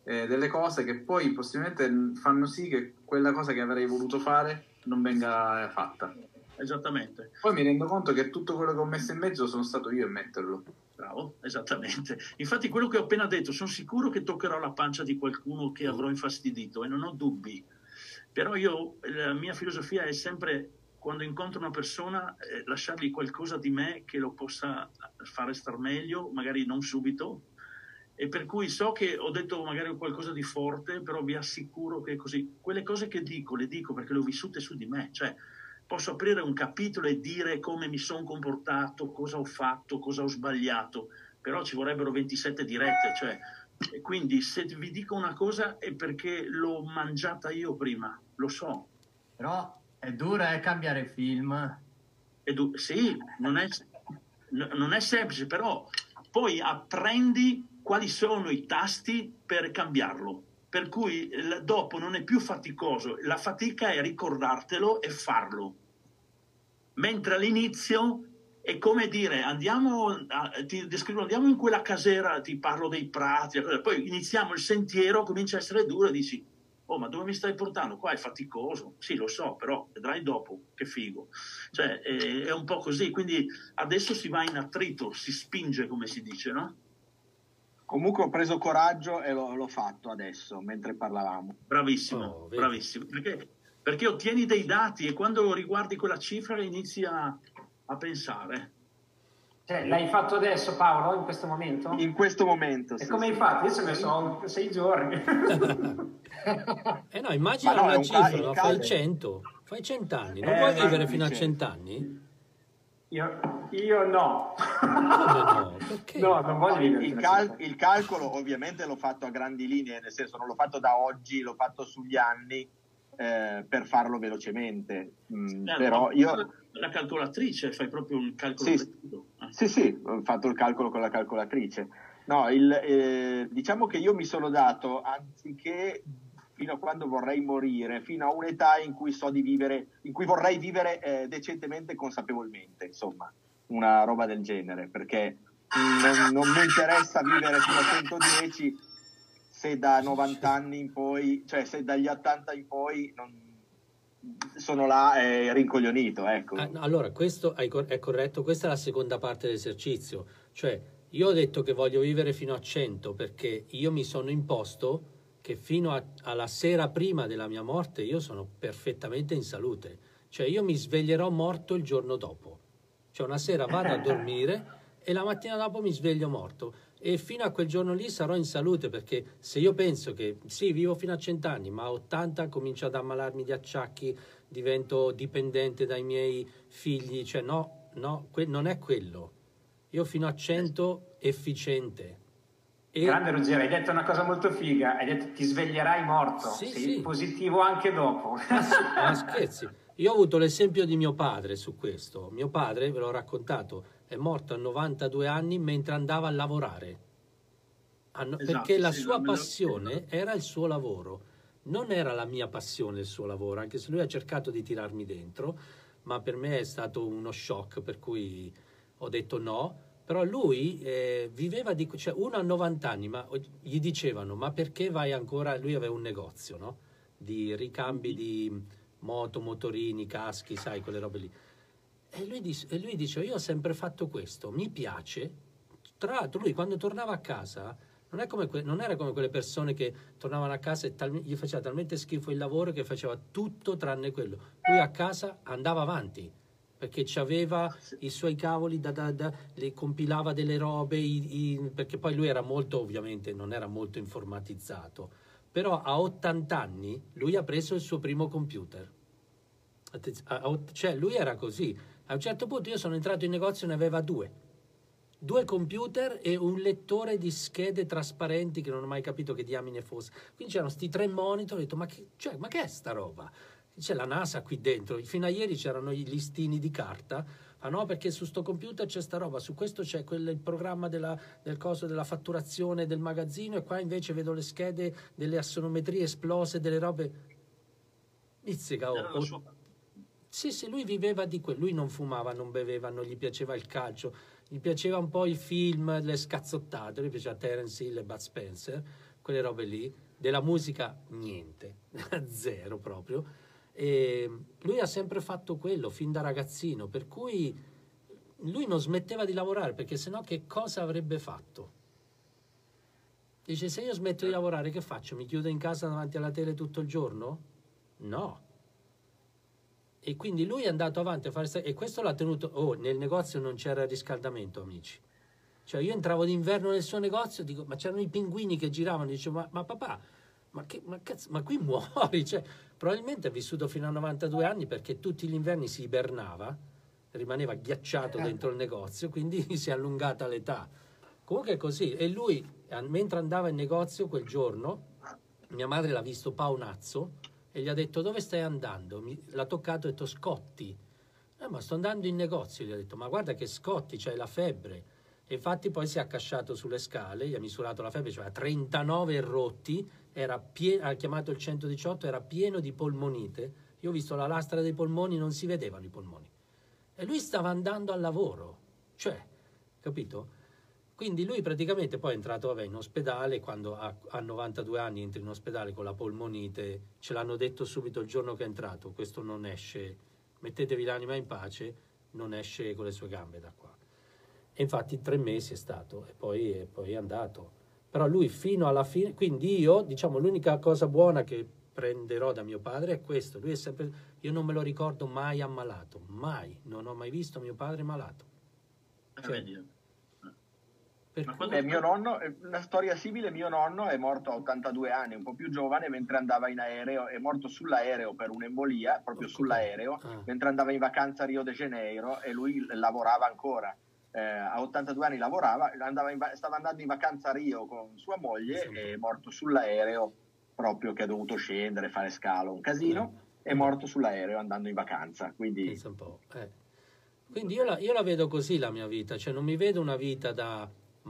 eh, delle cose che poi possibilmente fanno sì che quella cosa che avrei voluto fare non venga fatta. Esattamente. Poi mi rendo conto che tutto quello che ho messo in mezzo sono stato io a metterlo. Bravo, esattamente. Infatti quello che ho appena detto, sono sicuro che toccherò la pancia di qualcuno che avrò infastidito e non ho dubbi. Però io, la mia filosofia è sempre, quando incontro una persona, eh, lasciargli qualcosa di me che lo possa fare star meglio, magari non subito. E per cui so che ho detto magari qualcosa di forte, però vi assicuro che così, quelle cose che dico, le dico perché le ho vissute su di me, cioè posso aprire un capitolo e dire come mi sono comportato, cosa ho fatto, cosa ho sbagliato, però ci vorrebbero ventisette dirette, cioè, e quindi se vi dico una cosa è perché l'ho mangiata io prima, lo so. Però è dura eh, cambiare film. È du- sì, non è, n- non è semplice, però poi apprendi quali sono i tasti per cambiarlo. Per cui l- dopo non è più faticoso, la fatica è ricordartelo e farlo. Mentre all'inizio è come dire, andiamo, a, ti descrivo, andiamo in quella casera, ti parlo dei prati, poi iniziamo il sentiero, comincia a essere duro e dici, oh ma dove mi stai portando? Qua è faticoso. Sì, lo so, però vedrai dopo, che figo. Cioè è, è un po' così, quindi adesso si va in attrito, si spinge come si dice, no? Comunque ho preso coraggio e l'ho, l'ho fatto adesso, mentre parlavamo. Bravissimo, Oh, vedi. bravissimo. Perché, perché ottieni dei dati e quando riguardi quella cifra inizi a, a pensare. Cioè, l'hai fatto adesso, Paolo, in questo momento? In questo momento, E sì, come sì. hai fatto? Io ci ho messo sei giorni. Eh no, immagina Ma no, è una un cifra, ca- il no? cal- Fai cento, fai cent'anni, non Eh, vuoi ma vivere fino a dice- cent'anni? Io, io no. Come no? Perché? No, non voglio vivere Il, fino a cal- cento. il calcolo ovviamente l'ho fatto a grandi linee, nel senso non l'ho fatto da oggi, l'ho fatto sugli anni eh, per farlo velocemente. Mm, Eh, però ma io... La calcolatrice, fai proprio un calcolo Sì, preciso. Ah. sì, sì, ho fatto il calcolo con la calcolatrice. No, il, eh, diciamo che io mi sono dato, anziché fino a quando vorrei morire, fino a un'età in cui so di vivere, in cui vorrei vivere eh, decentemente e consapevolmente, insomma, una roba del genere, perché non, non mi interessa vivere fino a centodieci se da novanta anni in poi, cioè se dagli ottanta in poi non sono là eh, rincoglionito, ecco. Ah, no, allora, questo è cor- è corretto, questa è la seconda parte dell'esercizio. Cioè, io ho detto che voglio vivere fino a cento perché io mi sono imposto che fino a- alla sera prima della mia morte io sono perfettamente in salute. Cioè, io mi sveglierò morto il giorno dopo. Cioè, una sera vado a dormire e la mattina dopo mi sveglio morto. E fino a quel giorno lì sarò in salute, perché se io penso che sì, vivo fino a cent'anni, ma a ottanta comincio ad ammalarmi di acciacchi, divento dipendente dai miei figli, cioè no, no, que- non è quello. Io fino a cento efficiente. E Grande Ruggero, hai detto una cosa molto figa, hai detto ti sveglierai morto, Sì, sei sì. positivo anche dopo. Ma scherzi, io ho avuto l'esempio di mio padre su questo. Mio padre, ve l'ho raccontato, è morto a novantadue anni mentre andava a lavorare. Hanno- Esatto, perché la sì, sua no, me lo- passione era il suo lavoro, non era la mia passione il suo lavoro, anche se lui ha cercato di tirarmi dentro, ma per me è stato uno shock, per cui ho detto no. Però lui eh, viveva di... cioè uno a novanta anni, ma gli dicevano, ma perché vai ancora... Lui aveva un negozio, no? Di ricambi di moto, motorini, caschi, sai, quelle robe lì. E lui, dice, e lui dice, io ho sempre fatto questo, mi piace. Tra l'altro lui quando tornava a casa non, è come que- non era come quelle persone che tornavano a casa e tal- gli faceva talmente schifo il lavoro che faceva tutto tranne quello. Lui a casa andava avanti, perché c'aveva i suoi cavoli, da, da, da, le compilava delle robe, i, i, perché poi lui era molto, ovviamente, non era molto informatizzato, però a ottanta anni lui ha preso il suo primo computer. Attez- a- a ott- Cioè lui era così. A un certo punto io sono entrato in negozio e ne aveva due. Due computer e un lettore di schede trasparenti che non ho mai capito che diamine fosse. Quindi c'erano sti tre monitor, ho detto, ma che, cioè, ma che è sta roba? C'è la NASA qui dentro. Fino a ieri c'erano i listini di carta. Ah no, perché su sto computer c'è sta roba, su questo c'è quel, il programma della, del coso della fatturazione del magazzino, e qua invece vedo le schede delle assonometrie esplose, delle robe. Mizzica, oh, Era la oh. sua- Sì, sì, lui viveva di quello. Lui non fumava, non beveva, non gli piaceva il calcio, gli piaceva un po' i film, le scazzottate, lui piaceva Terence Hill e Bud Spencer. quelle robe lì, della musica niente, zero proprio. E lui ha sempre fatto quello fin da ragazzino, per cui lui non smetteva di lavorare, perché sennò che cosa avrebbe fatto? Dice, se io smetto di lavorare che faccio? Mi chiudo in casa davanti alla tele tutto il giorno? No. E quindi lui è andato avanti a fare sta... e questo l'ha tenuto. Oh, nel negozio non c'era riscaldamento, amici. Cioè io entravo d'inverno nel suo negozio, dico, ma c'erano i pinguini che giravano, dicevo, ma, ma papà, ma, che, ma, cazzo, ma qui muori, cioè, probabilmente ha vissuto fino a novantadue anni perché tutti gli inverni si ibernava, rimaneva ghiacciato dentro il negozio, quindi si è allungata l'età. Comunque è così. E lui, mentre andava in negozio quel giorno, mia madre l'ha visto paonazzo e gli ha detto, dove stai andando? Mi, l'ha toccato e ha detto, Scotti. Eh, ma sto andando in negozio, gli ha detto, ma guarda che Scotti, c'hai la febbre. E infatti poi si è accasciato sulle scale, gli ha misurato la febbre, cioè trentanove rotti, era pie- ha chiamato il centodiciotto, era pieno di polmonite. Io ho visto la lastra dei polmoni, non si vedevano i polmoni. E lui stava andando al lavoro, cioè, capito? Quindi lui praticamente poi è entrato vabbè, in ospedale, quando ha, ha novantadue anni entri in ospedale con la polmonite, ce l'hanno detto subito il giorno che è entrato, questo non esce, mettetevi l'anima in pace, non esce con le sue gambe da qua. E infatti tre mesi è stato e poi, e poi è andato. Però lui fino alla fine, quindi io, diciamo, l'unica cosa buona che prenderò da mio padre è questo, lui è sempre, io non me lo ricordo mai ammalato, mai, non ho mai visto mio padre malato. Cioè, per cui... Beh, mio nonno, una storia simile, mio nonno è morto a ottantadue anni, un po' più giovane, mentre andava in aereo, è morto sull'aereo per un'embolia, proprio sull'aereo, ah. mentre andava in vacanza a Rio de Janeiro e lui lavorava ancora. Eh, a ottantadue anni lavorava, andava in, stava andando in vacanza a Rio con sua moglie sì. e è morto sull'aereo, proprio che ha dovuto scendere, fare scalo, un casino, eh. è morto sull'aereo andando in vacanza. Quindi, un po'. Eh. Quindi io, la, io la vedo così la mia vita, cioè non mi vedo una vita da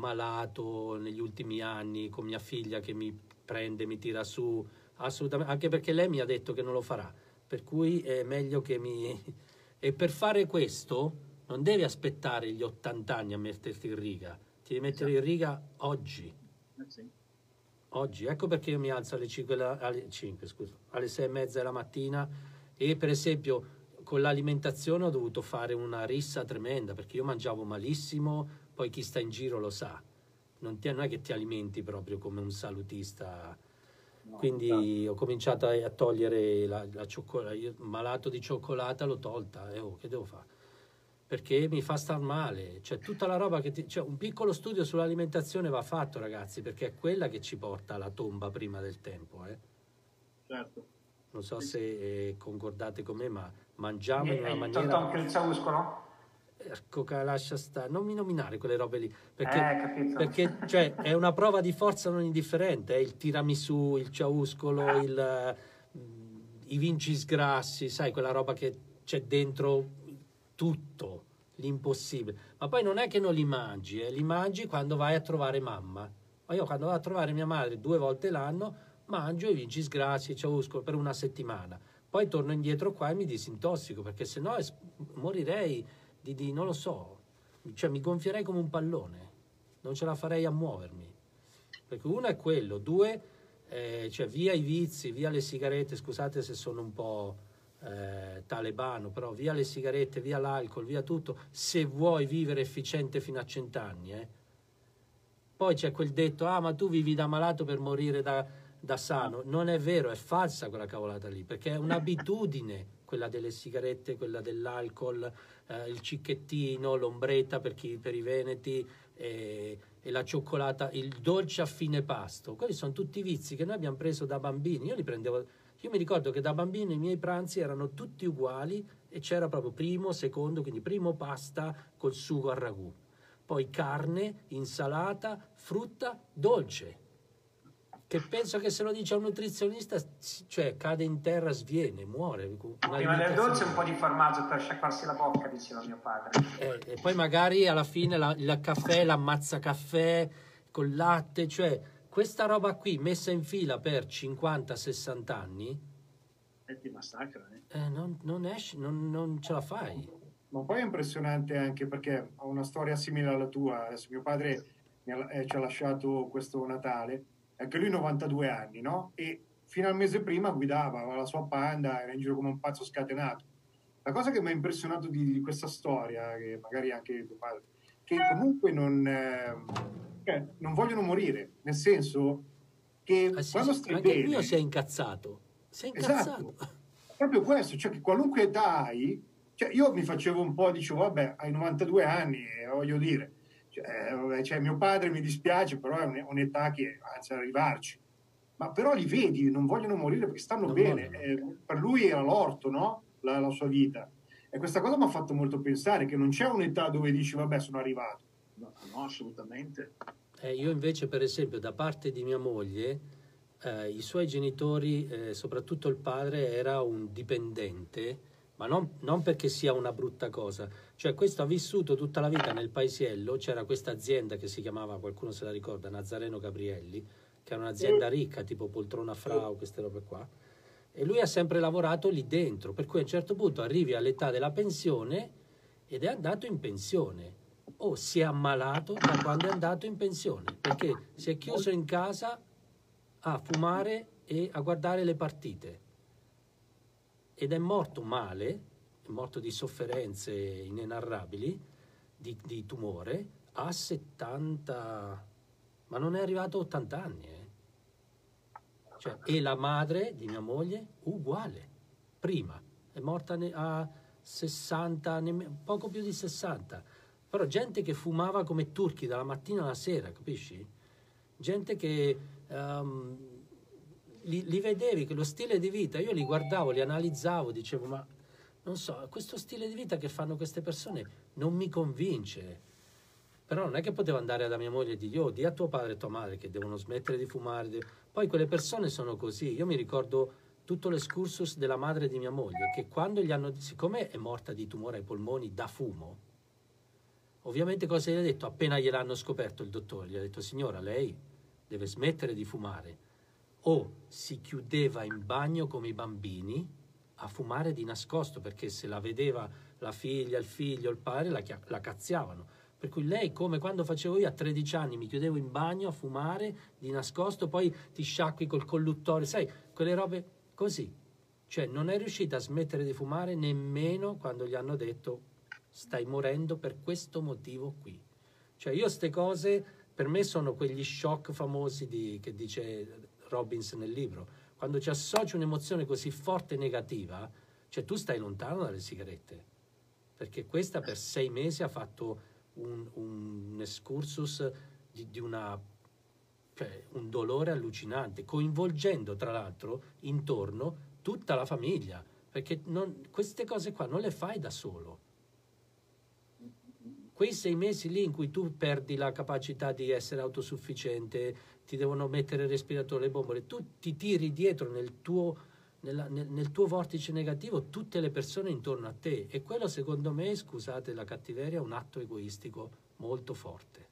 malato negli ultimi anni con mia figlia che mi prende, mi tira su, assolutamente, anche perché lei mi ha detto che non lo farà, per cui è meglio che mi... E per fare questo... non devi aspettare gli ottanta anni a metterti in riga, ti devi mettere esatto. in riga oggi. Eh sì. Oggi, ecco perché io mi alzo alle cinque, alle cinque scusa, alle sei e mezza della mattina e per esempio con l'alimentazione ho dovuto fare una rissa tremenda perché io mangiavo malissimo, poi chi sta in giro lo sa, non, ti, non è che ti alimenti proprio come un salutista. No, quindi esatto. ho cominciato a, a togliere la, la cioccolata, io malato di cioccolata l'ho tolta, eh, oh, che devo fare? Perché mi fa star male, cioè tutta la roba che ti, cioè un piccolo studio sull'alimentazione va fatto, ragazzi, perché è quella che ci porta alla tomba prima del tempo, eh. Certo. Non so se eh, concordate con me, ma mangiamo in una e maniera... anche il ciauscolo? Ecco, lascia stare, non mi nominare quelle robe lì, perché, eh, capito. perché cioè, è una prova di forza non indifferente, è il tiramisù, il ciauscolo, il, uh, i vincisgrassi, sai, quella roba che c'è dentro... tutto, l'impossibile. Ma poi non è che non li mangi, eh? li mangi quando vai a trovare mamma. Ma io quando vado a trovare mia madre due volte l'anno, mangio i vincisgrassi, il ciauscolo per una settimana. Poi torno indietro qua e mi disintossico, perché sennò es- morirei di, di, non lo so, cioè mi gonfierei come un pallone. Non ce la farei a muovermi. Perché uno è quello, due, eh, cioè via i vizi, via le sigarette, scusate se sono un po'... Eh, talebano, però via le sigarette, via l'alcol, via tutto, se vuoi vivere efficiente fino a cent'anni. Eh. Poi c'è quel detto, ah ma tu vivi da malato per morire da, da sano. Non è vero, è falsa quella cavolata lì, perché è un'abitudine quella delle sigarette, quella dell'alcol, eh, il cicchettino, l'ombretta per, chi, per i veneti eh, e la cioccolata, il dolce a fine pasto. Quelli sono tutti vizi che noi abbiamo preso da bambini. Io li prendevo... Io mi ricordo che da bambino i miei pranzi erano tutti uguali e c'era proprio primo, secondo, quindi primo pasta col sugo al ragù, poi carne, insalata, frutta, dolce, che penso che se lo dice a un nutrizionista, cioè cade in terra, sviene, muore. Prima del dolce un po' di formaggio per sciacquarsi la bocca, diceva mio padre. Eh, e poi magari alla fine la, il caffè, l'ammazza caffè col latte, cioè... Questa roba qui messa in fila per cinquanta sessanta anni e ti massacra, eh? Eh, non, non, esci, non, non ce la fai. Ma poi è impressionante anche perché ho una storia simile alla tua. Adesso mio padre mi ha, eh, ci ha lasciato questo Natale anche lui novantadue anni, no? E fino al mese prima guidava, aveva la sua Panda, era in giro come un pazzo scatenato. La cosa che mi ha impressionato di, di questa storia, che magari anche tuo padre, che comunque non, eh, eh, non vogliono morire, nel senso che Ah, sì, quando sì, stai anche bene... il mio si è incazzato. Si è incazzato. Esatto, proprio questo, cioè che qualunque età hai, cioè io mi facevo un po', dicevo vabbè, hai novantadue anni, eh, voglio dire, cioè, vabbè, cioè, mio padre mi dispiace, però è un- un'età che anzi ad arrivarci, ma però li vedi, non vogliono morire perché stanno Non bene. vogliono. Eh, per lui era l'orto, no? La, la sua vita, e questa cosa mi ha fatto molto pensare che non c'è un'età dove dici vabbè, sono arrivato. No, no, assolutamente. Eh, io invece, per esempio, da parte di mia moglie, eh, i suoi genitori, eh, soprattutto il padre, era un dipendente, ma non, non perché sia una brutta cosa. Cioè, questo ha vissuto tutta la vita nel paesiello, c'era questa azienda che si chiamava, qualcuno se la ricorda, Nazareno Gabrielli, che era un'azienda ricca, tipo Poltrona Frau, queste robe qua. E lui ha sempre lavorato lì dentro, per cui a un certo punto arrivi all'età della pensione ed è andato in pensione. O si è ammalato da quando è andato in pensione, perché si è chiuso in casa a fumare e a guardare le partite. Ed è morto male, è morto di sofferenze inenarrabili, di, di tumore, a settanta... ma non è arrivato a ottanta anni. Eh. Cioè, e la madre di mia moglie, uguale, prima, è morta ne- a sessanta, nemm- poco più di sessanta. Però gente che fumava come turchi dalla mattina alla sera, capisci? Gente che um, li, li vedevi, che lo stile di vita, io li guardavo, li analizzavo, dicevo, ma non so, questo stile di vita che fanno queste persone non mi convince. Però non è che potevo andare da mia moglie e dirgli, oh, di a tuo padre e tua madre che devono smettere di fumare. de-". Poi quelle persone sono così. Io mi ricordo tutto l'escursus della madre di mia moglie, che quando gli hanno, siccome è morta di tumore ai polmoni da fumo, ovviamente cosa gli ha detto? Appena gliel'hanno scoperto il dottore, gli ha detto, signora, lei deve smettere di fumare. O si chiudeva in bagno come i bambini a fumare di nascosto, perché se la vedeva la figlia, il figlio, il padre, la, chia- la cazziavano. Per cui lei, come quando facevo io a tredici anni, mi chiudevo in bagno a fumare di nascosto, poi ti sciacqui col colluttorio, sai, quelle robe così. Cioè non è riuscita a smettere di fumare nemmeno quando gli hanno detto stai morendo per questo motivo qui. Cioè io ste cose, per me sono quegli shock famosi di, che dice Robbins nel libro. Quando ci associ un'emozione così forte e negativa, cioè tu stai lontano dalle sigarette. Perché questa per sei mesi ha fatto un, un excursus di, di una, cioè un dolore allucinante, coinvolgendo tra l'altro intorno tutta la famiglia. Perché non, queste cose qua non le fai da solo. Quei sei mesi lì in cui tu perdi la capacità di essere autosufficiente, ti devono mettere il respiratore, le bombole, tu ti tiri dietro nel tuo, nella, nel, nel tuo vortice negativo tutte le persone intorno a te, e quello secondo me, scusate la cattiveria, è un atto egoistico molto forte.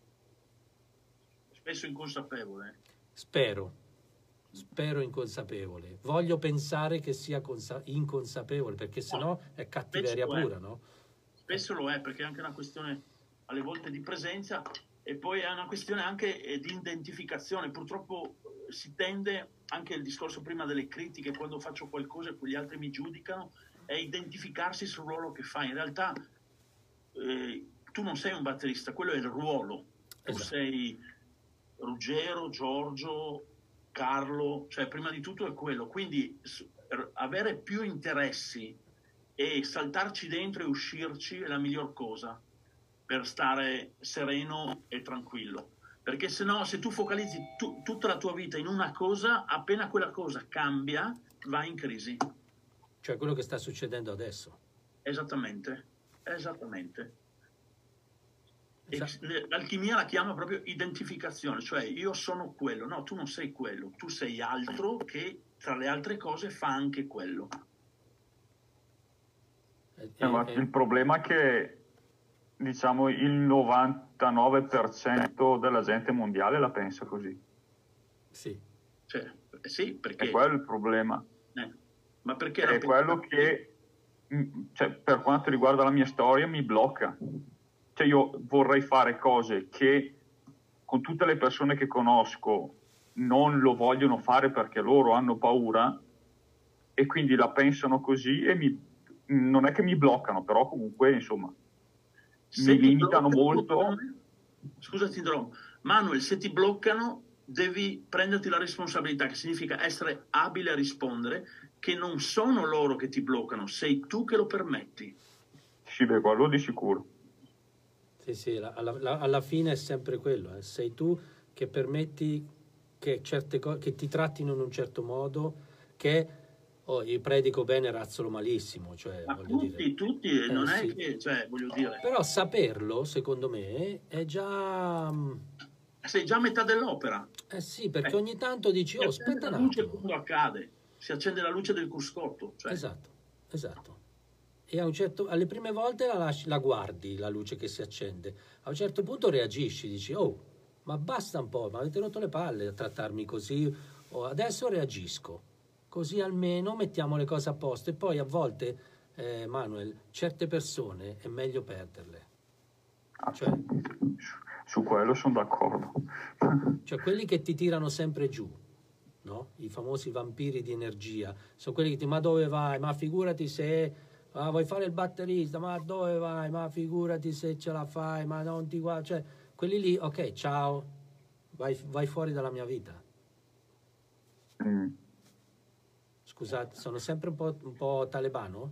Spesso inconsapevole. Spero, spero inconsapevole. Voglio pensare che sia consa- inconsapevole, perché sennò è cattiveria Spesso è. pura, no? Spesso lo è, perché è anche una questione alle volte di presenza, e poi è una questione anche eh, di identificazione. Purtroppo eh, si tende, anche il discorso prima delle critiche, quando faccio qualcosa e poi gli altri mi giudicano, è identificarsi sul ruolo che fai. In realtà eh, tu non sei un batterista, quello è il ruolo. Tu Esatto. sei Ruggero, Giorgio, Carlo, cioè prima di tutto è quello. Quindi s- per avere più interessi e saltarci dentro e uscirci è la miglior cosa per stare sereno e tranquillo, perché se no, se tu focalizzi tu, tutta la tua vita in una cosa, appena quella cosa cambia vai in crisi. Cioè quello che sta succedendo adesso. Esattamente, esattamente. E Esatto. l'alchimia la chiama proprio identificazione, cioè io sono quello. No, tu non sei quello, tu sei altro che tra le altre cose fa anche quello. E- Eh, ma e- il problema è che, diciamo, il novantanove per cento della gente mondiale la pensa così. sì. Cioè, eh sì, perché È quello il problema. eh, ma perché È la quello che, mm, cioè, per quanto riguarda la mia storia, mi blocca. Cioè, io vorrei fare cose che, con tutte le persone che conosco, non lo vogliono fare perché loro hanno paura e quindi la pensano così e mi, non è che mi bloccano, però comunque insomma Se mi ti limitano bloccano, molto. Scusa, ti interrompo. Manuel, se ti bloccano devi prenderti la responsabilità, che significa essere abile a rispondere, che non sono loro che ti bloccano, sei tu che lo permetti. Sì, beh, quello di sicuro. Sì, sì, la- alla, la- alla fine è sempre quello, eh. Sei tu che permetti che certe cose che ti trattino in un certo modo, che oh, io predico bene, razzolo malissimo, cioè Ma voglio tutti, dire. tutti, Eh, non è sì. che, cioè, voglio dire, Però saperlo, secondo me, è già mm, sei già a metà dell'opera. eh sì, perché Eh, ogni tanto dici, Si oh, accende aspetta la un luce attimo. quando accade, si accende la luce del cruscotto. Cioè, Esatto, esatto. E a un certo, alle prime volte la, lasci- la guardi, la luce che si accende. A un certo punto reagisci, dici, oh, ma basta un po', ma avete rotto le palle a trattarmi così. Oh, adesso reagisco. Così almeno mettiamo le cose a posto. E poi a volte, eh, Manuel, certe persone è meglio perderle. Cioè, Su, su quello sono d'accordo. cioè quelli che ti tirano sempre giù, no? I famosi vampiri di energia. Sono quelli che ti, ma dove vai? Ma figurati se... Ah, vuoi fare il batterista, ma dove vai? Ma figurati se ce la fai, ma non ti guarda. Cioè, quelli lì, ok, ciao, vai, vai fuori dalla mia vita. Mm. Scusate, sono sempre un po', un po' talebano?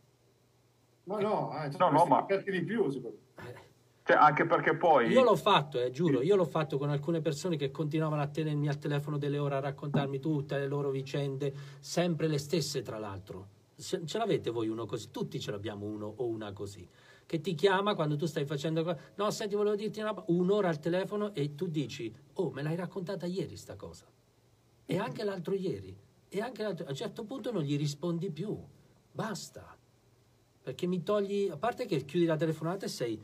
No, no, anzi, No, no, questi ma- aperti di più, secondo me. Cioè, anche perché poi... Io l'ho fatto, eh, giuro, io l'ho fatto con alcune persone che continuavano a tenermi al telefono delle ore a raccontarmi tutte le loro vicende, sempre le stesse tra l'altro. Se- Ce l'avete voi uno così? Tutti ce l'abbiamo uno o una così. Che ti chiama quando tu stai facendo... co- No, senti, volevo dirti una... un'ora al telefono e tu dici, oh, me l'hai raccontata ieri sta cosa. E anche l'altro ieri. E anche l'altro... A un certo punto non gli rispondi più. Basta. Perché mi togli... A parte che chiudi la telefonata e sei...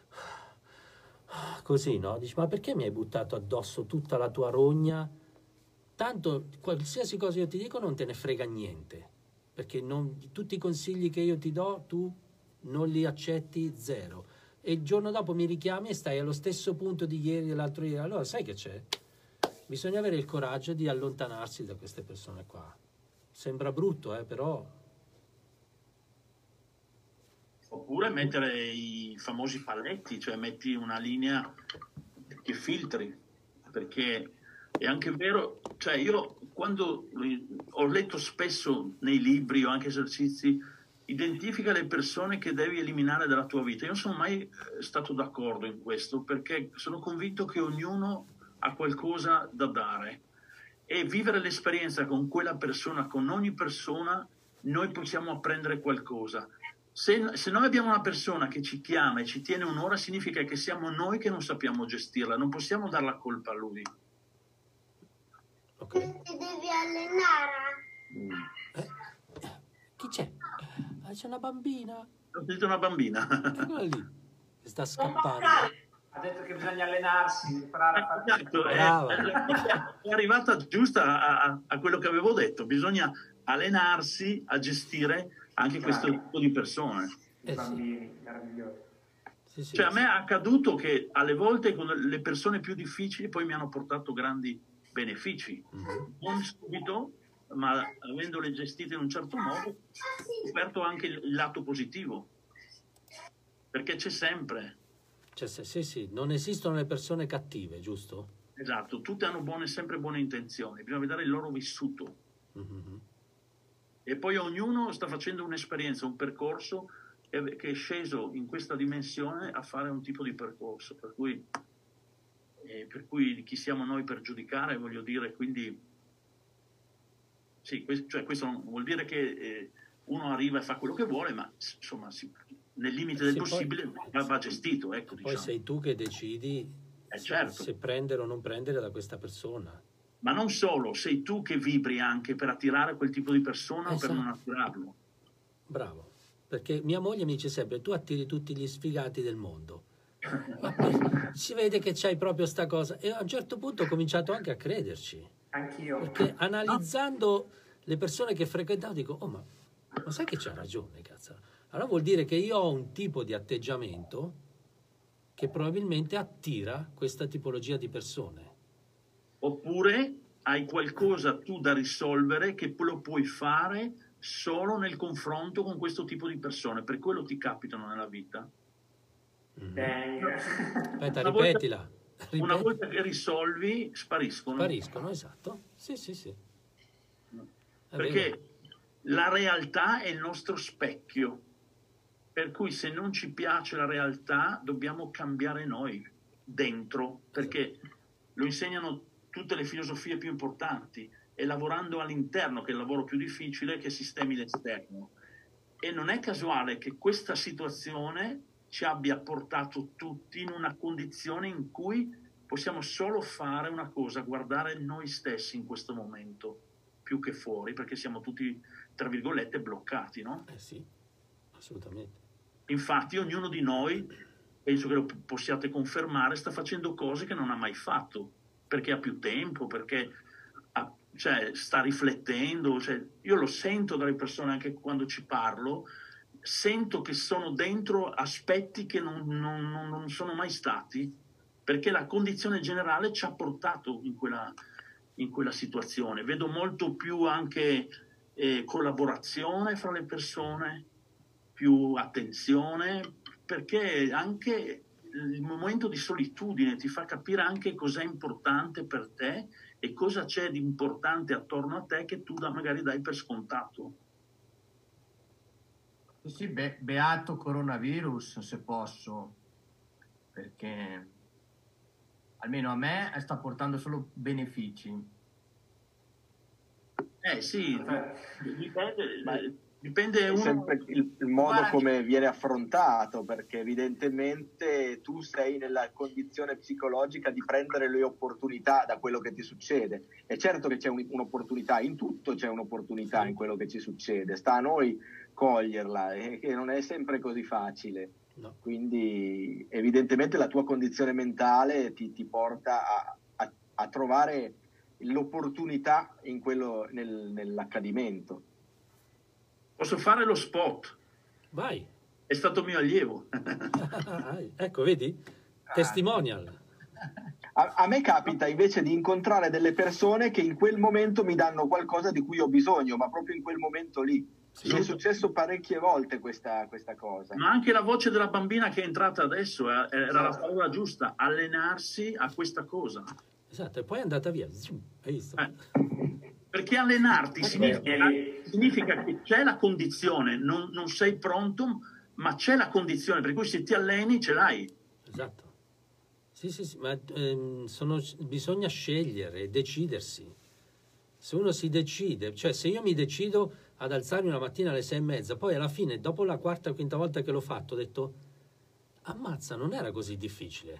Così, no? Dici, ma perché mi hai buttato addosso tutta la tua rogna? Tanto qualsiasi cosa io ti dico non te ne frega niente, perché non- tutti i consigli che io ti do tu non li accetti, zero. E il giorno dopo mi richiami e stai allo stesso punto di ieri, dell'altro ieri. Allora sai che c'è? Bisogna avere il coraggio di allontanarsi da queste persone qua. Sembra brutto, eh, però... Oppure mettere i famosi paletti, cioè metti una linea che filtri, perché è anche vero, cioè io quando ho letto spesso nei libri o anche esercizi, identifica le persone che devi eliminare dalla tua vita. Io non sono mai eh, stato d'accordo in questo, perché sono convinto che ognuno ha qualcosa da dare e vivere l'esperienza con quella persona, con ogni persona, noi possiamo apprendere qualcosa. Se, se noi abbiamo una persona che ci chiama e ci tiene un'ora, significa che siamo noi che non sappiamo gestirla, non possiamo dar la colpa a lui. Ok. Ti devi allenare. Eh, chi c'è? Ah, c'è una bambina. Ho sentito una bambina. Eccola lì. Che sta scappando. Ha detto che bisogna allenarsi, imparare a fare... Esatto, è, Brava. è arrivata giusta a, a- a quello che avevo detto. Bisogna allenarsi a gestire anche questo tipo di persone. Eh, sì. bambini, meravigliosi. Sì, sì, Cioè, a sì. me è accaduto che alle volte con le persone più difficili poi mi hanno portato grandi benefici. Mhm. Non subito, ma avendole gestite in un certo modo, ho scoperto anche il il lato positivo. Perché c'è sempre. Cioè, se- sì, sì, non esistono le persone cattive, giusto? Esatto, tutte hanno buone, sempre buone intenzioni, bisogna vedere il loro vissuto. Mhm. E poi ognuno sta facendo un'esperienza, un percorso che che è sceso in questa dimensione a fare un tipo di percorso. Per cui, eh, per cui chi siamo noi per giudicare, voglio dire, quindi... Sì, que- cioè questo non vuol dire che eh, uno arriva e fa quello che vuole, ma s- insomma, si- nel limite del Sì, poi- possibile va, va gestito, ecco, Poi diciamo. sei tu che decidi Eh, se- certo. se prendere o non prendere da questa persona. Ma non solo, sei tu che vibri anche per attirare quel tipo di persona o per Esatto. non attirarlo. Bravo. Perché mia moglie mi dice sempre, tu attiri tutti gli sfigati del mondo. Ma poi si vede che c'hai proprio sta cosa. E a un certo punto ho cominciato anche a crederci. Anch'io. Perché analizzando le persone che frequentavo dico, oh ma, ma sai che c'ha ragione, cazzo. Allora vuol dire che io ho un tipo di atteggiamento che probabilmente attira questa tipologia di persone. Oppure hai qualcosa tu da risolvere che lo puoi fare solo nel confronto con questo tipo di persone, per quello ti capitano nella vita. Mm-hmm. Aspetta, una ripetila. Volta, Ripeti. Una volta che risolvi, spariscono. Spariscono, esatto. Sì, sì, sì. È Perché vero. la realtà è il nostro specchio. Per cui se non ci piace la realtà, dobbiamo cambiare noi dentro, perché lo insegnano tutte le filosofie più importanti. È lavorando all'interno che è il lavoro più difficile, che sistemi l'esterno. E non è casuale che questa situazione ci abbia portato tutti in una condizione in cui possiamo solo fare una cosa, guardare noi stessi in questo momento, più che fuori, perché siamo tutti, tra virgolette, bloccati, no? Eh sì, assolutamente. Infatti ognuno di noi, penso che lo possiate confermare, sta facendo cose che non ha mai fatto, perché ha più tempo, perché ha, cioè, sta riflettendo. Cioè, io lo sento dalle persone anche quando ci parlo, sento che sono dentro aspetti che non, non, non sono mai stati, perché la condizione generale ci ha portato in quella, in quella situazione. Vedo molto più anche eh, collaborazione fra le persone, più attenzione, perché anche il momento di solitudine ti fa capire anche cos'è importante per te e cosa c'è di importante attorno a te che tu da, magari dai per scontato. Sì, be- beato coronavirus, se posso, perché almeno a me sta portando solo benefici. Eh sì, dipende, Ma dipende è uno... sempre il, il modo come viene affrontato, perché evidentemente tu sei nella condizione psicologica di prendere le opportunità da quello che ti succede. È certo che c'è un, un'opportunità in tutto, c'è un'opportunità in quello che ci succede, sta a noi coglierla, e che non è sempre così facile. No. Quindi evidentemente la tua condizione mentale ti, ti porta a, a, a trovare l'opportunità in quello, nel, nell'accadimento. Posso fare lo spot? Vai. È stato mio allievo. Ecco, vedi? Testimonial. A, a me capita invece di incontrare delle persone che in quel momento mi danno qualcosa di cui ho bisogno, ma proprio in quel momento lì. Sì. Mi è successo parecchie volte questa, questa cosa. Ma anche la voce della bambina che è entrata adesso eh, era la parola giusta, allenarsi a questa cosa. Esatto, e poi è andata via. Hai visto? Eh. Perché allenarti significa, significa che c'è la condizione, non, non sei pronto, ma c'è la condizione, per cui se ti alleni ce l'hai. Esatto. Sì, sì, sì, ma ehm, sono, bisogna scegliere e decidersi. Se uno si decide, cioè se io mi decido ad alzarmi una mattina alle sei e mezza, poi alla fine, dopo la quarta o quinta volta che l'ho fatto, ho detto, ammazza, non era così difficile.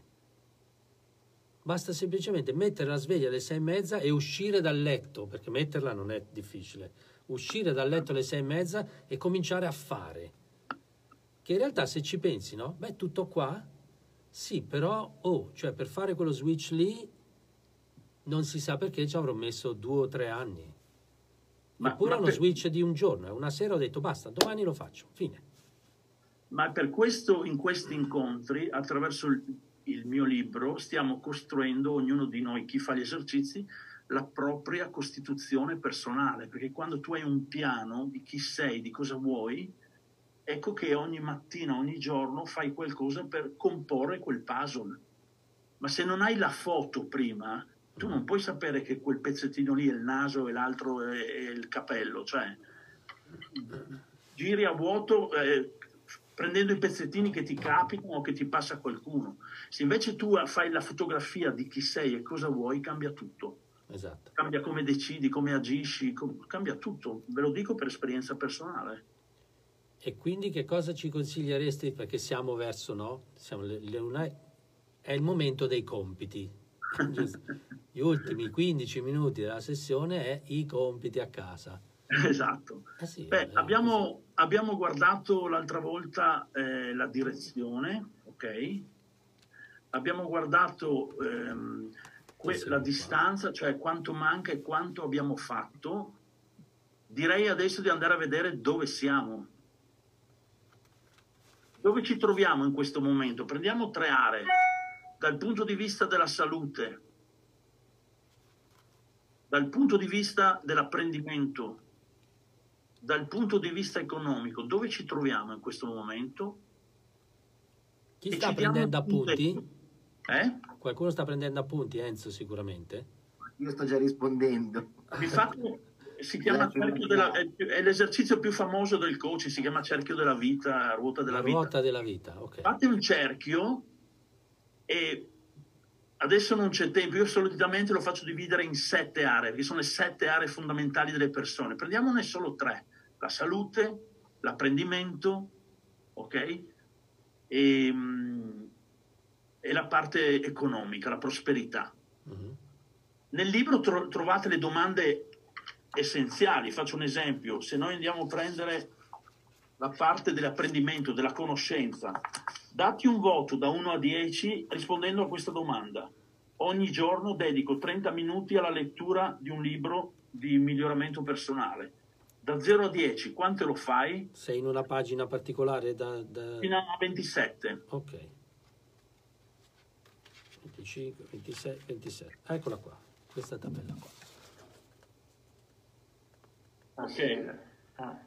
Basta semplicemente mettere la sveglia alle sei e mezza e uscire dal letto, perché metterla non è difficile. Uscire dal letto alle sei e mezza e cominciare a fare. Che in realtà se ci pensi, no? Beh, tutto qua? Sì, però, oh, cioè per fare quello switch lì non si sa perché ci avrò messo due o tre anni. Ma, Eppure ma uno per... switch di un giorno. Una sera ho detto basta, domani lo faccio, fine. Ma per questo in questi incontri, attraverso il, il mio libro, stiamo costruendo, ognuno di noi, chi fa gli esercizi, la propria costituzione personale. Perché quando tu hai un piano di chi sei, di cosa vuoi, ecco che ogni mattina, ogni giorno fai qualcosa per comporre quel puzzle. Ma se non hai la foto prima, tu non puoi sapere che quel pezzettino lì è il naso e l'altro è, è il capello. Cioè, giri a vuoto eh, prendendo i pezzettini che ti capitano o che ti passa qualcuno. Se invece tu fai la fotografia di chi sei e cosa vuoi, cambia tutto. Esatto. Cambia come decidi, come agisci, com- cambia tutto. Ve lo dico per esperienza personale. E quindi che cosa ci consiglieresti? Perché siamo verso, no? Siamo le, le una... È il momento dei compiti. Gli ultimi quindici minuti della sessione è i compiti a casa. Esatto. Eh sì, Beh, abbiamo, abbiamo guardato l'altra volta eh, la direzione, ok? Abbiamo guardato ehm, que- la distanza, cioè quanto manca e quanto abbiamo fatto. Direi adesso di andare a vedere dove siamo. Dove ci troviamo in questo momento? Prendiamo tre aree. Dal punto di vista della salute, dal punto di vista dell'apprendimento, dal punto di vista economico, dove ci troviamo in questo momento? Chi E sta ci diamo prendendo appunto- appunti? Eh? Qualcuno sta prendendo appunti, Enzo, sicuramente. Io sto già rispondendo. Infatti si chiama cerchio della, è, è l'esercizio più famoso del coach, si chiama cerchio della vita, ruota della La vita. ruota della vita, ok. Fate un cerchio e adesso non c'è tempo, io solitamente lo faccio dividere in sette aree, che sono le sette aree fondamentali delle persone. Prendiamone solo tre: la salute, l'apprendimento, ok? E, mm, e la parte economica, la prosperità. Mhm. Nel libro tro- trovate le domande essenziali. Faccio un esempio: se noi andiamo a prendere la parte dell'apprendimento, della conoscenza, dati un voto da uno a dieci rispondendo a questa domanda. Ogni giorno dedico trenta minuti alla lettura di un libro di miglioramento personale. Da zero a dieci, quante lo fai? Sei in una pagina particolare da... da... Fino a ventisette. Ok. venticinque, ventisei, ventisette. Eccola qua, questa tabella qua. Ok. Ah.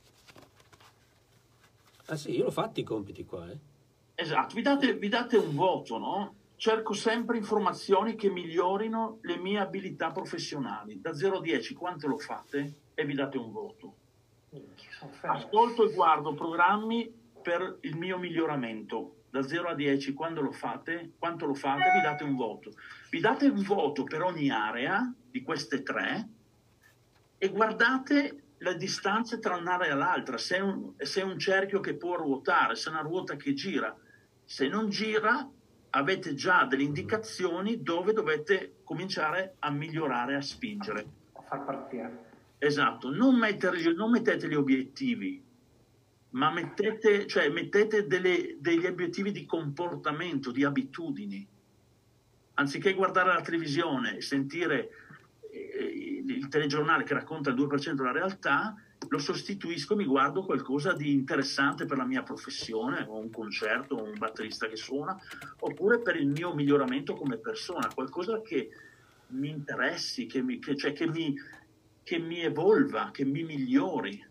Ah sì, io l'ho fatti i compiti qua, eh. Esatto, vi date, vi date un voto, no? Cerco sempre informazioni che migliorino le mie abilità professionali. Da zero a dieci, quante lo fate? E vi date un voto. Ascolto e guardo programmi per il mio miglioramento. Da zero a dieci, quando lo fate, quanto lo fate, vi date un voto. Vi date un voto per ogni area di queste tre e guardate le distanze tra un'area e l'altra. Se è un, se è un cerchio che può ruotare, se è una ruota che gira. Se non gira, avete già delle indicazioni dove dovete cominciare a migliorare, a spingere. A far partire. Esatto, non, metterli, non mettete gli obiettivi, ma mettete, cioè, mettete delle, degli obiettivi di comportamento, di abitudini. Anziché guardare la televisione e sentire eh, il telegiornale che racconta il due per cento della realtà, lo sostituisco e mi guardo qualcosa di interessante per la mia professione, o un concerto, o un batterista che suona, oppure per il mio miglioramento come persona, qualcosa che mi interessi, che mi, che, cioè, che mi, che mi evolva, che mi migliori.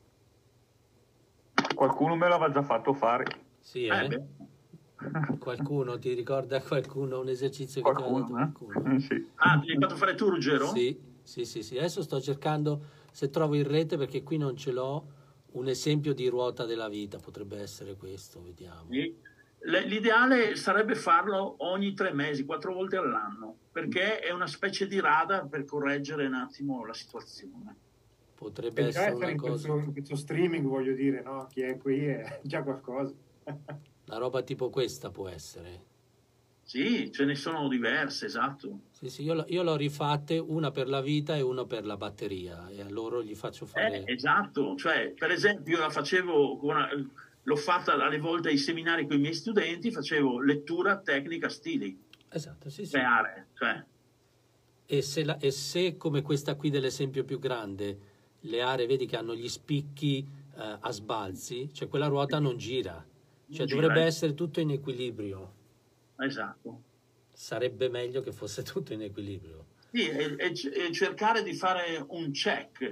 Qualcuno me l'aveva già fatto fare. Sì, Eh, eh? beh, Qualcuno, ti ricorda qualcuno, un esercizio che ti aveva dato Qualcuno, qualcuno? eh? Sì. ah, ti hai fatto fare tu, Ruggero? Sì, sì, sì, sì. Adesso sto cercando se trovo in rete, perché qui non ce l'ho, un esempio di ruota della vita. Potrebbe essere questo, vediamo. Sì. Le- L'ideale sarebbe farlo ogni tre mesi, quattro volte all'anno, perché è una specie di radar per correggere un attimo la situazione. Potrebbe Per già essere essere una in cosa, questo, in questo streaming, voglio dire, no? Chi è qui è già qualcosa. una roba tipo questa può essere. Sì, ce ne sono diverse, esatto. Sì, sì, io, l'ho- io l'ho rifatte, una per la vita e una per la batteria, e a loro gli faccio fare... Eh, esatto, cioè, per esempio, io la facevo, con una- l'ho fatta alle volte ai seminari con i miei studenti, facevo lettura, tecnica, stili, Esatto, sì, sì. tre aree, cioè, E se, la- e se come questa qui dell'esempio più grande, le aree vedi che hanno gli spicchi eh, a sbalzi, cioè quella ruota non gira, cioè Non gira, dovrebbe eh. essere tutto in equilibrio. esatto. Sarebbe meglio che fosse tutto in equilibrio. Sì, e, e c- e cercare di fare un check.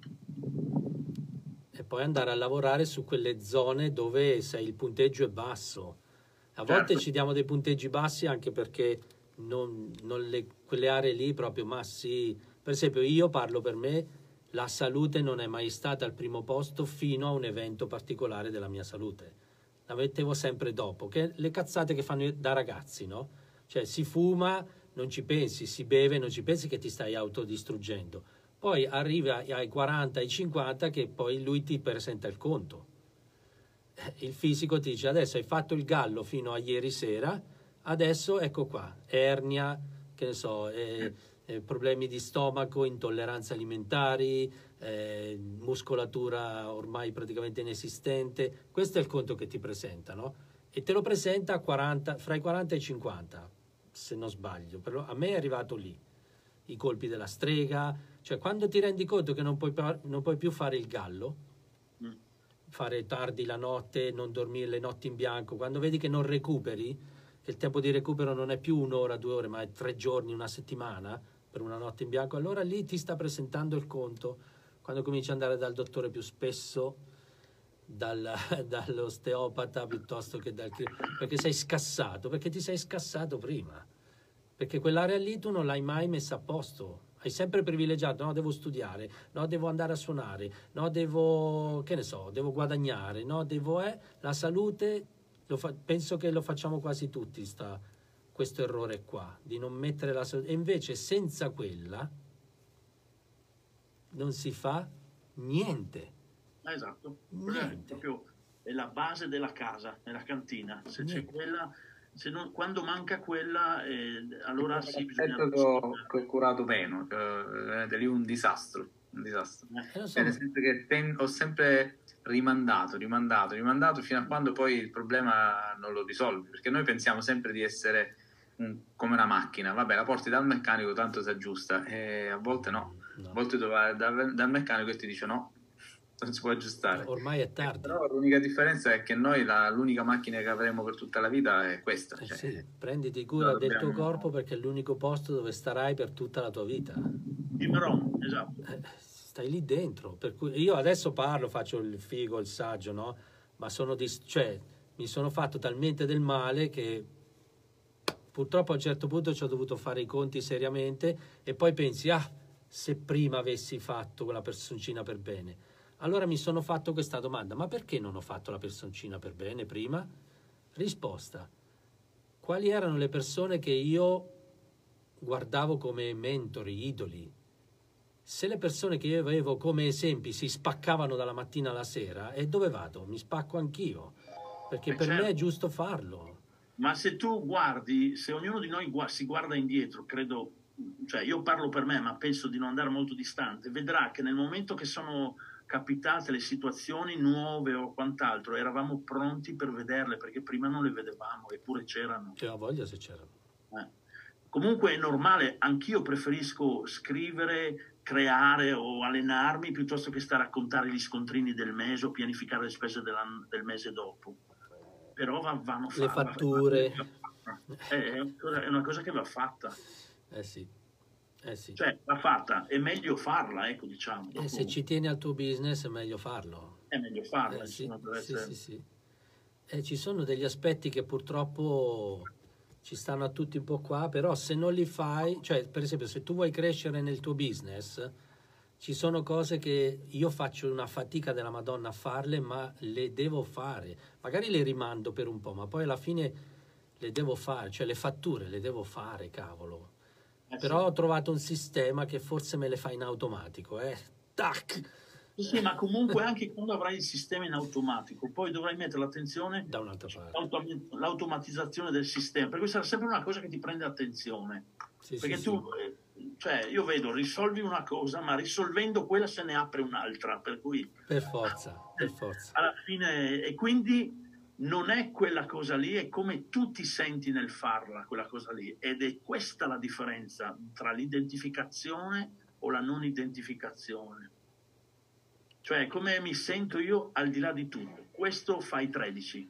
E poi andare a lavorare su quelle zone dove sai, il punteggio è basso. A volte Certo. ci diamo dei punteggi bassi anche perché non, non le- quelle aree lì proprio, ma sì. Per esempio io parlo per me, la salute non è mai stata al primo posto fino a un evento particolare della mia salute. La mettevo sempre dopo, che le cazzate che fanno da ragazzi, no? Cioè si fuma, non ci pensi, si beve, non ci pensi che ti stai autodistruggendo. Poi arriva ai quaranta, ai cinquanta che poi lui ti presenta il conto. Il fisico ti dice adesso hai fatto il gallo fino a ieri sera, adesso ecco qua, ernia, che ne so, eh, eh, problemi di stomaco, intolleranze alimentari, eh, muscolatura ormai praticamente inesistente. Questo è il conto che ti presenta, no? E te lo presenta a quaranta, fra i quaranta e i cinquanta, se non sbaglio. Però a me è arrivato lì, i colpi della strega, cioè quando ti rendi conto che non puoi, pa- non puoi più fare il gallo, fare tardi la notte, non dormire le notti in bianco, quando vedi che non recuperi, che il tempo di recupero non è più un'ora, due ore, ma è tre giorni, una settimana, per una notte in bianco, allora lì ti sta presentando il conto. Quando cominci ad andare dal dottore più spesso, dal, dall'osteopata piuttosto che dal... perché sei scassato, perché ti sei scassato prima, perché quell'area lì tu non l'hai mai messa a posto. Hai sempre privilegiato, no, devo studiare, no, devo andare a suonare, no, devo, che ne so, devo guadagnare, no, devo, eh, la salute, lo fa, penso che lo facciamo quasi tutti, sta, questo errore qua, di non mettere la salute, e invece senza quella non si fa niente. Esatto, Niente. è proprio è la base della casa, è la cantina, se niente. C'è quella... Se non, quando manca quella, eh, allora sì, bisogna... Che ho, che ho curato meno, cioè, è lì un disastro, un disastro. Eh, so. Nel senso che ten, ho sempre rimandato, rimandato, rimandato, fino a quando poi il problema non lo risolvi, perché noi pensiamo sempre di essere un, come una macchina, vabbè, la porti dal meccanico, tanto si aggiusta, e a volte no, no. A volte tu vai dal, dal meccanico e ti dice no, non si può aggiustare. Ormai è tardi. Però l'unica differenza è che noi la, l'unica macchina che avremo per tutta la vita è questa. Eh cioè, sì, prenditi cura del dobbiamo... tuo corpo, perché è l'unico posto dove starai per tutta la tua vita. Libero, esatto. Eh, stai lì dentro. Per cui io adesso parlo, faccio il figo, il saggio, no? Ma sono dis... cioè, mi sono fatto talmente del male che purtroppo a un certo punto ci ho dovuto fare i conti seriamente, e poi pensi, ah, se prima avessi fatto quella personcina per bene. Allora mi sono fatto questa domanda: ma perché non ho fatto la personcina per bene prima? Risposta: quali erano le persone che io guardavo come mentori, idoli? Se le persone che io avevo come esempi si spaccavano dalla mattina alla sera, e dove vado? Mi spacco anch'io, perché eh per certo. me è giusto farlo. Ma se tu guardi, se ognuno di noi gu- si guarda indietro, credo, cioè io parlo per me, ma penso di non andare molto distante, vedrà che nel momento che sono capitate le situazioni nuove o quant'altro, eravamo pronti per vederle, perché prima non le vedevamo, eppure c'erano. C'era voglia se c'erano. Eh. Comunque è normale, anch'io preferisco scrivere, creare o allenarmi piuttosto che stare a contare gli scontrini del mese o pianificare le spese del mese dopo. Però va, vanno fatte. Le fatture. È, è una cosa che va fatta. Eh sì. Eh sì. Cioè, va fatta, è meglio farla, ecco, diciamo. E se ci tieni al tuo business è meglio farlo. È meglio farla. Eh, sì, deve sì, essere... sì, sì. E ci sono degli aspetti che purtroppo ci stanno a tutti un po' qua, però se non li fai, cioè per esempio se tu vuoi crescere nel tuo business, ci sono cose che io faccio una fatica della Madonna a farle, ma le devo fare. Magari le rimando per un po', ma poi alla fine le devo fare, cioè le fatture le devo fare, cavolo. Eh, però sì. Ho trovato un sistema che forse me le fa in automatico, eh? Tac! Sì, ma comunque anche quando avrai il sistema in automatico, poi dovrai mettere l'attenzione da un'altra parte, autom- l'automatizzazione del sistema, perché sarà sempre una cosa che ti prende attenzione. Sì, perché sì, tu, sì. Cioè, io vedo, risolvi una cosa, ma risolvendo quella se ne apre un'altra, per cui... Per forza, per forza. Alla fine, e quindi... non è quella cosa lì, è come tu ti senti nel farla, quella cosa lì, ed è questa la differenza tra l'identificazione o la non identificazione. Cioè, come mi sento io al di là di tutto. Questo fai tredici.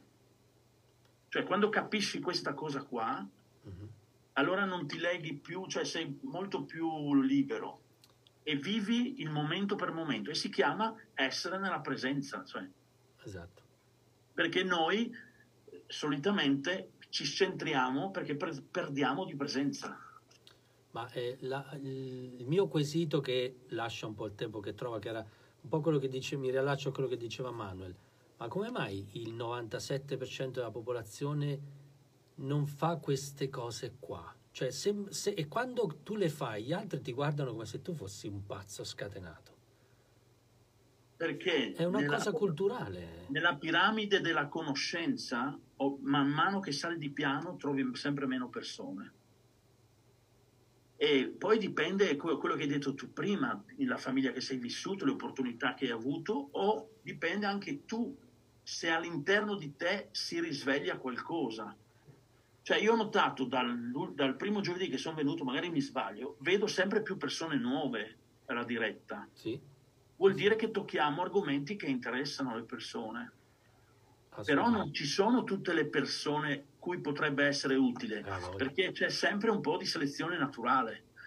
Cioè, quando capisci questa cosa qua, uh-huh. allora non ti leghi più, cioè sei molto più libero e vivi il momento per momento, e si chiama essere nella presenza. Cioè. Esatto. Perché noi solitamente ci centriamo perché per, perdiamo di presenza. Ma eh, la, il mio quesito, che lascia un po' il tempo che trova, che era un po' quello che dice, mi riallaccio a quello che diceva Manuel, ma come mai il novantasette per cento della popolazione non fa queste cose qua? Cioè, se, se, e quando tu le fai, gli altri ti guardano come se tu fossi un pazzo scatenato. Perché è una nella, cosa culturale. Nella piramide della conoscenza, o man mano che sali di piano, trovi sempre meno persone. E poi dipende quello che hai detto tu prima, la famiglia che sei vissuto, le opportunità che hai avuto, o dipende anche tu se all'interno di te si risveglia qualcosa. Cioè io ho notato dal, dal primo giovedì che sono venuto, magari mi sbaglio, vedo sempre più persone nuove alla diretta. Sì. Vuol dire che tocchiamo argomenti che interessano le persone. Però non ci sono tutte le persone cui potrebbe essere utile, ah, perché c'è sempre un po' di selezione naturale.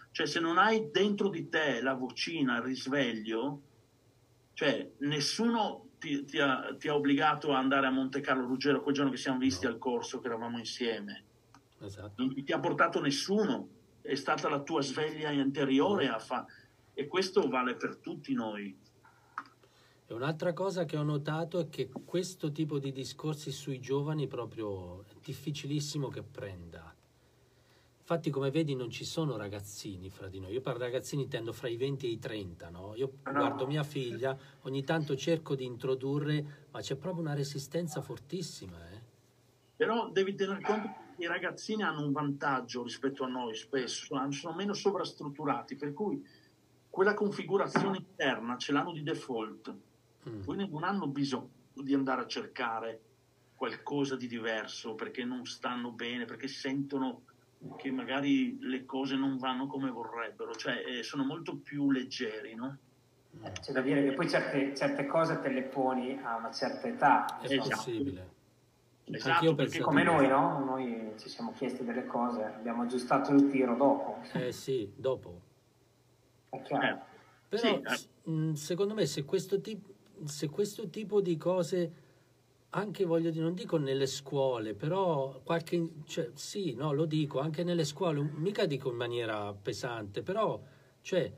Cioè, se non hai dentro di te la vocina, il risveglio, cioè nessuno ti, ti, ha, ti ha obbligato a andare a Monte Carlo Ruggero quel giorno che siamo visti no. al corso, che eravamo insieme. Esatto. Non ti ha portato nessuno, è stata la tua sveglia interiore a fa- e questo vale per tutti noi. E un'altra cosa che ho notato è che questo tipo di discorsi sui giovani proprio è difficilissimo che prenda. Infatti, come vedi, non ci sono ragazzini fra di noi. Io per ragazzini intendo fra i venti e i trenta, no? Io no. guardo mia figlia, ogni tanto cerco di introdurre, ma c'è proprio una resistenza fortissima. Eh? Però devi tener conto che i ragazzini hanno un vantaggio rispetto a noi spesso, sono, sono meno sovrastrutturati, per cui quella configurazione interna ce l'hanno di default. Mm. Quindi non hanno bisogno di andare a cercare qualcosa di diverso perché non stanno bene, perché sentono che magari le cose non vanno come vorrebbero, cioè eh, sono molto più leggeri, no? Eh, c'è da dire che poi certe, certe cose te le poni a una certa età. È esatto. possibile. Esatto, perché come noi, no? Noi ci siamo chiesti delle cose, abbiamo aggiustato il tiro dopo. Eh sì, dopo. È chiaro. Eh, Però sì, eh. mh, secondo me se questo, tipo, se questo tipo di cose, anche voglio dire, non dico nelle scuole, però qualche, cioè, sì, no, lo dico, anche nelle scuole, mica dico in maniera pesante, però, cioè,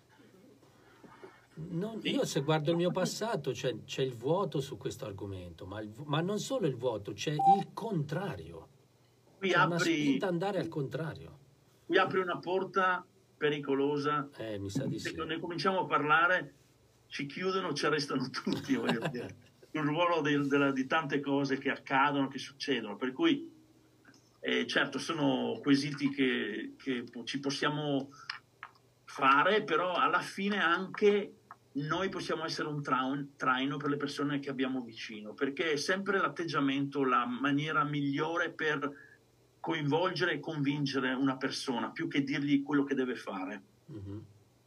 non, io se guardo il mio passato, cioè, c'è il vuoto su questo argomento, ma, il, ma non solo il vuoto, c'è il contrario. Qui c'è apri, una spinta ad andare al contrario. Qui apri una porta pericolosa. Eh, mi sa di se sì. ne cominciamo a parlare, ci chiudono, ci arrestano tutti, voglio dire. Il ruolo di, della, di tante cose che accadono, che succedono, per cui eh, certo sono quesiti che, che ci possiamo fare, però alla fine anche noi possiamo essere un traun, traino per le persone che abbiamo vicino, perché è sempre l'atteggiamento la maniera migliore per coinvolgere e convincere una persona, più che dirgli quello che deve fare. Mm-hmm.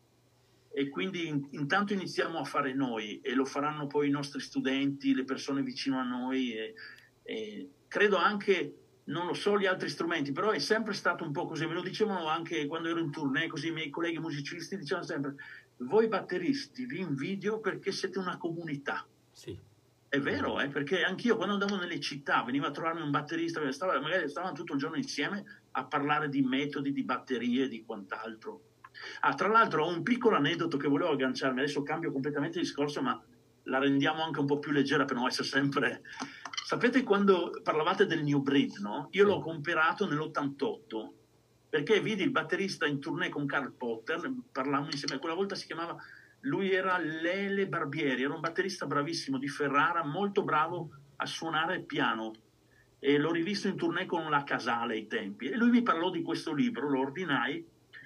E quindi in, intanto iniziamo a fare noi e lo faranno poi i nostri studenti, le persone vicino a noi e, e credo anche, non lo so gli altri strumenti, però è sempre stato un po' così, me lo dicevano anche quando ero in tournée, così i miei colleghi musicisti dicevano sempre: voi batteristi vi invidio perché siete una comunità. Sì. È vero, eh, perché anch'io quando andavo nelle città veniva a trovarmi un batterista, stava, magari stavano tutto il giorno insieme a parlare di metodi, di batterie e di quant'altro. Ah, tra l'altro ho un piccolo aneddoto che volevo agganciarmi, adesso cambio completamente discorso, ma la rendiamo anche un po' più leggera per non essere sempre... Sapete quando parlavate del New Breed, no? Io l'ho comprato nell'ottantotto, perché vidi il batterista in tournée con Carl Potter, parlavamo insieme, quella volta si chiamava, lui era Lele Barbieri, era un batterista bravissimo di Ferrara, molto bravo a suonare il piano, e l'ho rivisto in tournée con la Casale ai tempi, e lui mi parlò di questo libro, lo ordinai,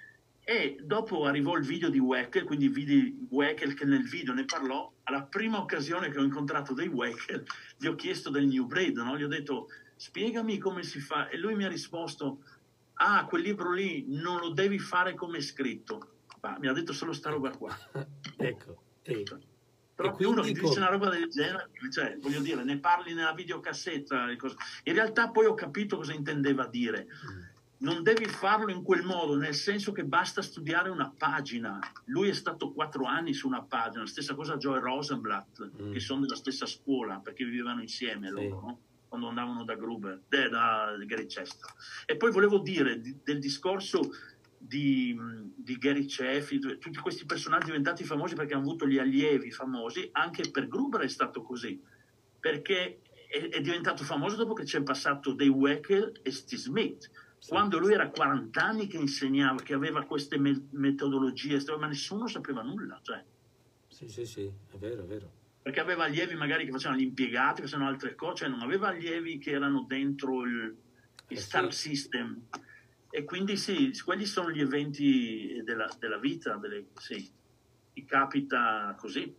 e dopo arrivò il video di Weckel, quindi vidi Weckel che nel video ne parlò. Alla prima occasione che ho incontrato dei Weckel gli ho chiesto del New Breed, no? Gli ho detto spiegami come si fa, e lui mi ha risposto: ah, quel libro lì non lo devi fare come è scritto. Ma mi ha detto solo sta roba qua. Ecco, ecco. Però uno che dice una roba del genere, cioè, voglio dire, ne parli nella videocassetta, in realtà poi ho capito cosa intendeva dire. Non devi farlo in quel modo, nel senso che basta studiare una pagina. Lui è stato quattro anni su una pagina, stessa cosa Joe Rosenblatt, mm. che sono della stessa scuola, perché vivevano insieme sì. loro, no? Quando andavano da Gruber, eh, da Gary Chester. E poi volevo dire di, del discorso di, di Gary Sheffield, tutti questi personaggi diventati famosi perché hanno avuto gli allievi famosi, anche per Gruber è stato così, perché è, è diventato famoso dopo che c'è passato dei Weckel e Steve Smith. Quando lui era quaranta anni che insegnava, che aveva queste me- metodologie, ma nessuno sapeva nulla. Cioè. Sì, sì, sì, è vero, è vero. Perché aveva allievi magari che facevano gli impiegati, facevano altre cose, cioè non aveva allievi che erano dentro il, il eh star sì. system. E quindi sì, quelli sono gli eventi della, della vita, delle, sì, ti capita così.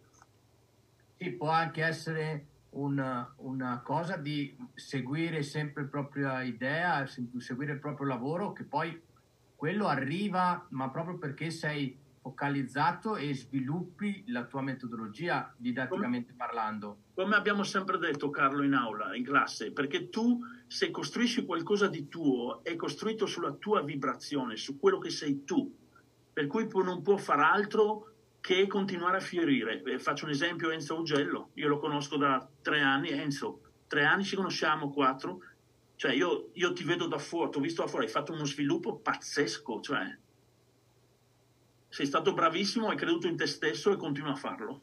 Sì, può anche essere... Una, una cosa di seguire sempre la propria idea, seguire il proprio lavoro, che poi quello arriva, ma proprio perché sei focalizzato e sviluppi la tua metodologia didatticamente come, parlando. Come abbiamo sempre detto, Carlo, in aula, in classe, perché tu se costruisci qualcosa di tuo è costruito sulla tua vibrazione, su quello che sei tu. per cui non può far altro che continuare a fiorire. Eh, faccio un esempio, Enzo Augello, io lo conosco da tre anni, Enzo, tre anni ci conosciamo, quattro, cioè io, io ti vedo da fuori, ti ho visto da fuori, hai fatto uno sviluppo pazzesco, cioè sei stato bravissimo, hai creduto in te stesso e continua a farlo.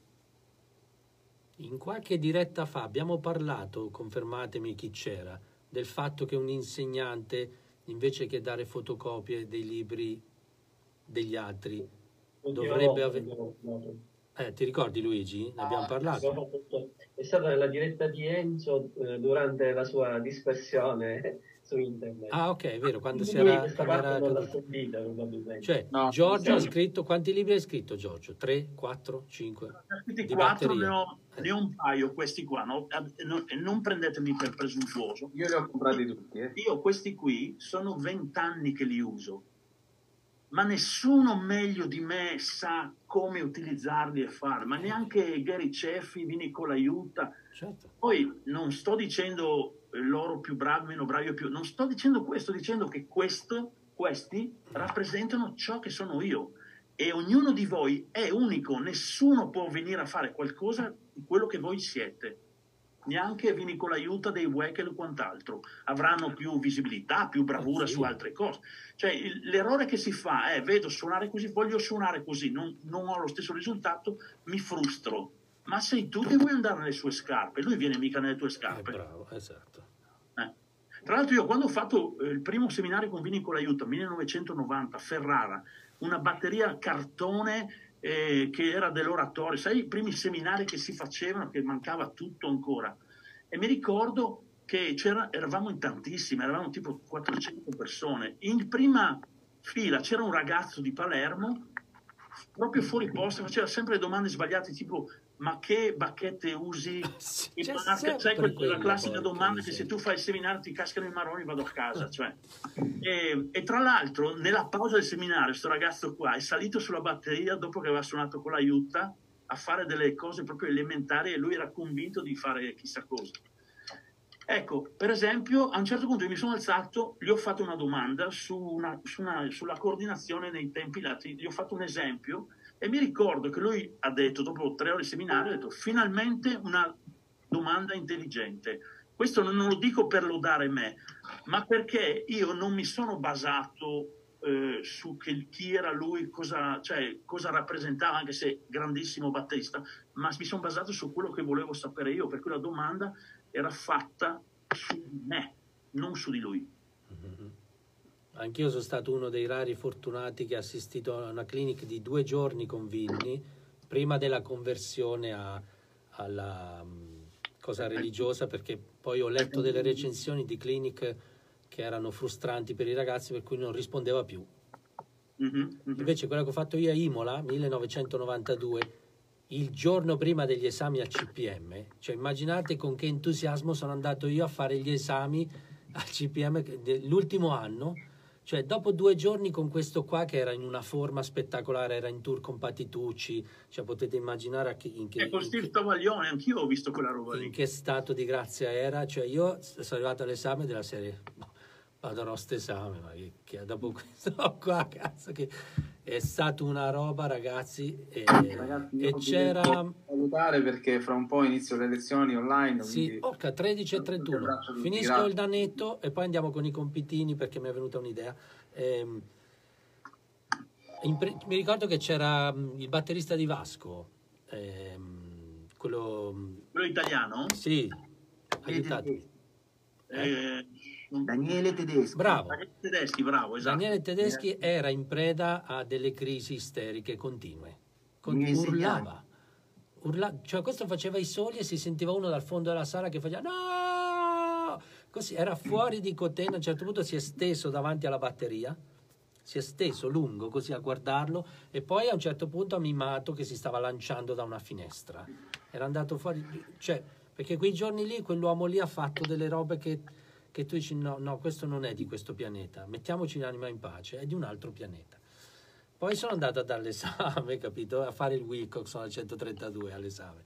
In qualche diretta fa abbiamo parlato, confermatemi chi c'era, del fatto che un insegnante, invece che dare fotocopie dei libri degli altri, dovrebbe avere... Eh, ti ricordi Luigi? Ne abbiamo parlato. È stata nella diretta di Enzo eh, durante la sua dispersione su internet. Ah, ok, è vero, quando si Lui era... questa quando parte era non l'ha caduto. sentita, probabilmente. Cioè, No, Giorgio ha sì. scritto... Quanti libri hai scritto, Giorgio? tre, quattro, cinque? Questi Di quattro ne batteria. ho, ne ho un paio, questi qua, no? Eh, non, non prendetemi per presuntuoso. Io li ho comprati tutti, eh. Io questi qui sono vent'anni che li uso, ma nessuno meglio di me sa come utilizzarli e farli, ma neanche Gary Ceffi, Vinico l'aiuta. Certo. Poi non sto dicendo loro più bravi, meno bravi o più, non sto dicendo questo, sto dicendo che questo, questi rappresentano ciò che sono io e ognuno di voi è unico, nessuno può venire a fare qualcosa di quello che voi siete. Neanche Vinico l'aiuta dei Wekel o quant'altro, avranno più visibilità, più bravura Sì. su altre cose. Cioè il- l'errore che si fa è vedo suonare così, voglio suonare così, non, non ho lo stesso risultato, mi frustro. Ma sei tu che vuoi andare nelle sue scarpe, lui viene mica nelle tue Eh, scarpe. bravo, esatto. Eh. Tra l'altro io quando ho fatto eh, il primo seminario con Vinico l'aiuta, millenovecentonovanta, Ferrara, una batteria cartone eh, che era dell'oratorio, sai i primi seminari che si facevano, che mancava tutto ancora. E mi ricordo che c'era, eravamo in tantissime, eravamo tipo quattrocento persone. In prima fila c'era un ragazzo di Palermo, proprio fuori posto, faceva sempre le domande sbagliate, tipo ma che bacchette usi? C'è In marca, sai sempre quella quella, classica porca domanda che miseria. se tu fai il seminario ti cascano i marroni vado a casa, cioè. E, e tra l'altro nella pausa del seminario questo ragazzo qua è salito sulla batteria dopo che aveva suonato con l'aiuta a fare delle cose proprio elementari e lui era convinto di fare chissà cosa. Ecco, per esempio, a un certo punto io mi sono alzato, gli ho fatto una domanda su una, su una, sulla coordinazione nei tempi lati, gli ho fatto un esempio e mi ricordo che lui ha detto, dopo tre ore di seminario, ha detto finalmente una domanda intelligente. Questo non lo dico per lodare me, ma perché io non mi sono basato eh, su che, chi era lui, cosa, cioè, cosa rappresentava, anche se grandissimo batterista, ma mi sono basato su quello che volevo sapere io, per cui la domanda era fatta su me, non su di lui. Mm-hmm. Anch'io sono stato uno dei rari fortunati che ha assistito a una clinic di due giorni con Vinny, prima della conversione a, alla um, cosa religiosa, perché poi ho letto delle recensioni di clinic che erano frustranti per i ragazzi, per cui non rispondeva più. Mm-hmm, mm-hmm. Invece quella che ho fatto io a Imola, millenovecentonovantadue, il giorno prima degli esami al C P M, cioè immaginate con che entusiasmo sono andato io a fare gli esami al C P M l'ultimo anno, cioè dopo due giorni con questo qua che era in una forma spettacolare, era in tour con Patitucci, cioè potete immaginare a che, in che, E con in Steve che, Tovaglione, anch'io ho visto quella roba lì. in che stato di grazia era, cioè io sono arrivato all'esame della serie, vado a sto esame, ma che, che dopo questo qua, cazzo, che è stata una roba, ragazzi, e, Ragazzi, e io c'era... devo salutare perché fra un po' inizio le lezioni online. Sì, quindi... orca, tredici e trentuno. Finisco Grazie. il danetto e poi andiamo con i compitini perché mi è venuta un'idea. Ehm, in pre- mi ricordo che c'era mh, il batterista di Vasco, ehm, quello... Quello italiano? Sì, aiutatemi. Eh, Daniele Tedeschi. Bravo. Daniele Tedeschi, bravo, esatto. Daniele Tedeschi era in preda a delle crisi isteriche continue. Con- Mi insegnavi. urlava. Urla- cioè questo faceva i soli e si sentiva uno dal fondo della sala che faceva no! Così era fuori di Cotena, a un certo punto si è steso davanti alla batteria, si è steso lungo così a guardarlo e poi a un certo punto ha mimato che si stava lanciando da una finestra. Era andato fuori, cioè, perché quei giorni lì quell'uomo lì ha fatto delle robe che, che tu dici no, no, questo non è di questo pianeta, mettiamoci l'anima in pace, è di un altro pianeta. Poi sono andato a dare l'esame, capito? A fare il Wilcox al centotrentadue all'esame.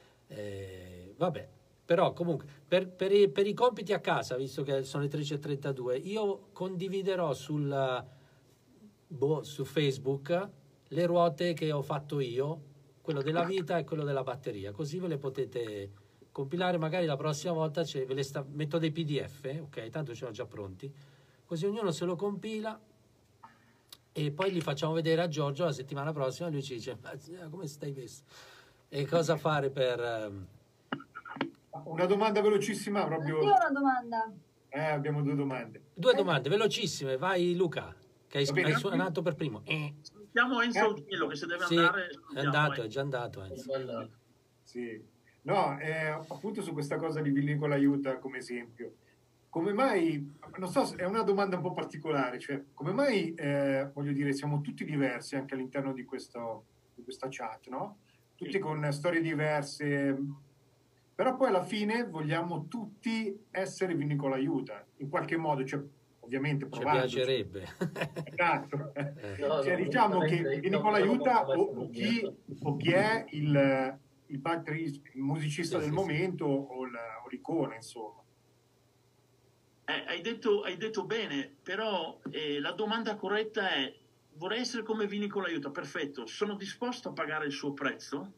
Eh, vabbè, però comunque, per, per, i, per i compiti a casa, visto che sono le tredici e trentadue, io condividerò sul, boh, su Facebook le ruote che ho fatto io, quello della vita e quello della batteria, così ve le potete compilare, magari la prossima volta ce, ve le sta, metto dei P D F, ok, tanto ce l'ho già pronti, così ognuno se lo compila e poi li facciamo vedere a Giorgio la settimana prossima e lui ci dice ma come stai messo e cosa fare per... Una domanda velocissima proprio. Io ho una domanda. Eh, abbiamo due domande. Due domande velocissime, vai Luca, che hai, bene, hai suonato per primo. Eh. Chiamo Enzo Audillo che se deve Sì, andare... è andato, è già andato Enzo. Sì. No, eh, appunto su questa cosa di Vinicola Aiuta come esempio. Come mai, non so, è una domanda un po' particolare, cioè come mai, eh, voglio dire, siamo tutti diversi anche all'interno di, questo, di questa chat, no? Tutti con storie diverse, però poi alla fine vogliamo tutti essere Vinicola Aiuta, in qualche modo, cioè ovviamente provando. Ci piacerebbe. Esatto. Eh. No, Cioè, no, diciamo no, che no, Vinicola no, Aiuta no, no, o, o, chi, o chi è il, il, batterista, il musicista Sì, del sì, momento o, la, o l'icona, insomma. Eh, hai, detto, hai detto bene, però eh, la domanda corretta è: vorrei essere come Vinicola Aiuta, perfetto, sono disposto a pagare il suo prezzo?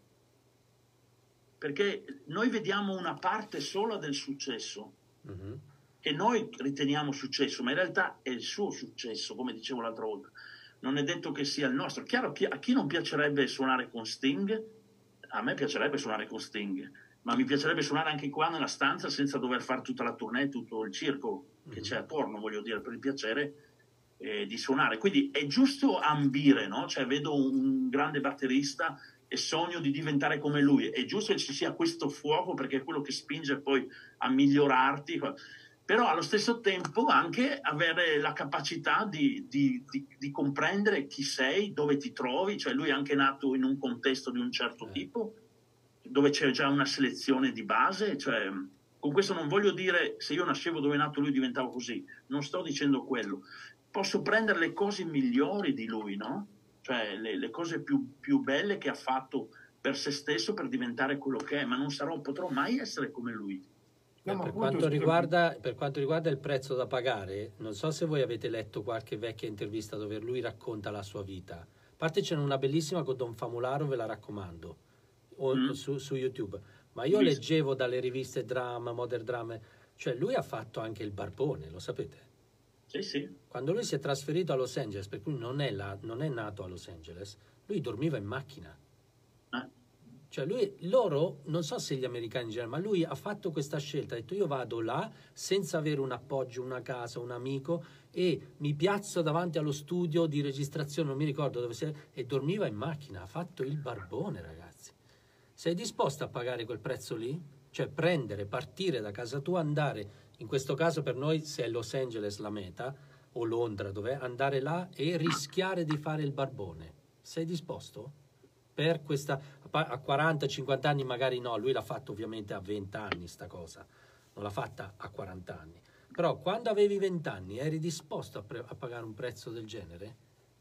Perché noi vediamo una parte sola del successo, Mm-hmm. che noi riteniamo successo, ma in realtà è il suo successo, come dicevo l'altra volta. Non è detto che sia il nostro. Chiaro, a chi non piacerebbe suonare con Sting? A me piacerebbe suonare con Sting, ma mi piacerebbe suonare anche qua nella stanza senza dover fare tutta la tournée, tutto il circo che c'è attorno, voglio dire, per il piacere eh, di suonare. Quindi è giusto ambire, no? Cioè vedo un grande batterista e sogno di diventare come lui. È giusto che ci sia questo fuoco perché è quello che spinge poi a migliorarti. Però allo stesso tempo anche avere la capacità di, di, di, di comprendere chi sei, dove ti trovi. Cioè lui è anche nato in un contesto di un certo tipo, dove c'è già una selezione di base. Cioè, con questo non voglio dire se io nascevo dove è nato lui diventavo così, non sto dicendo quello. Posso prendere le cose migliori di lui, no? Cioè le, le cose più, più belle che ha fatto per se stesso per diventare quello che è, ma non sarò, potrò mai essere come lui. No, per, quanto riguarda, per quanto riguarda il prezzo da pagare, non so se voi avete letto qualche vecchia intervista dove lui racconta la sua vita. A parte c'è una bellissima con Don Famularo, ve la raccomando, o, mm. su, su YouTube. Ma io leggevo dalle riviste Drama, Modern Drama, cioè lui ha fatto anche il barbone, lo sapete? Sì, sì. Quando lui si è trasferito a Los Angeles, per cui non è, la, non è nato a Los Angeles, lui dormiva in macchina. Eh. Cioè lui, loro, non so se gli americani in genere, ma lui ha fatto questa scelta, ha detto io vado là senza avere un appoggio, una casa, un amico e mi piazzo davanti allo studio di registrazione, non mi ricordo dove sei, e dormiva in macchina, ha fatto il barbone, ragazzi. Sei disposto a pagare quel prezzo lì? Cioè prendere, partire da casa tua, andare, in questo caso per noi se è Los Angeles la meta, o Londra, dov'è, andare là e rischiare di fare il barbone. Sei disposto? Per questa, a quaranta cinquanta anni magari no, lui l'ha fatto ovviamente a venti anni sta cosa, non l'ha fatta a quaranta anni. Però quando avevi venti anni eri disposto a, pre- a pagare un prezzo del genere?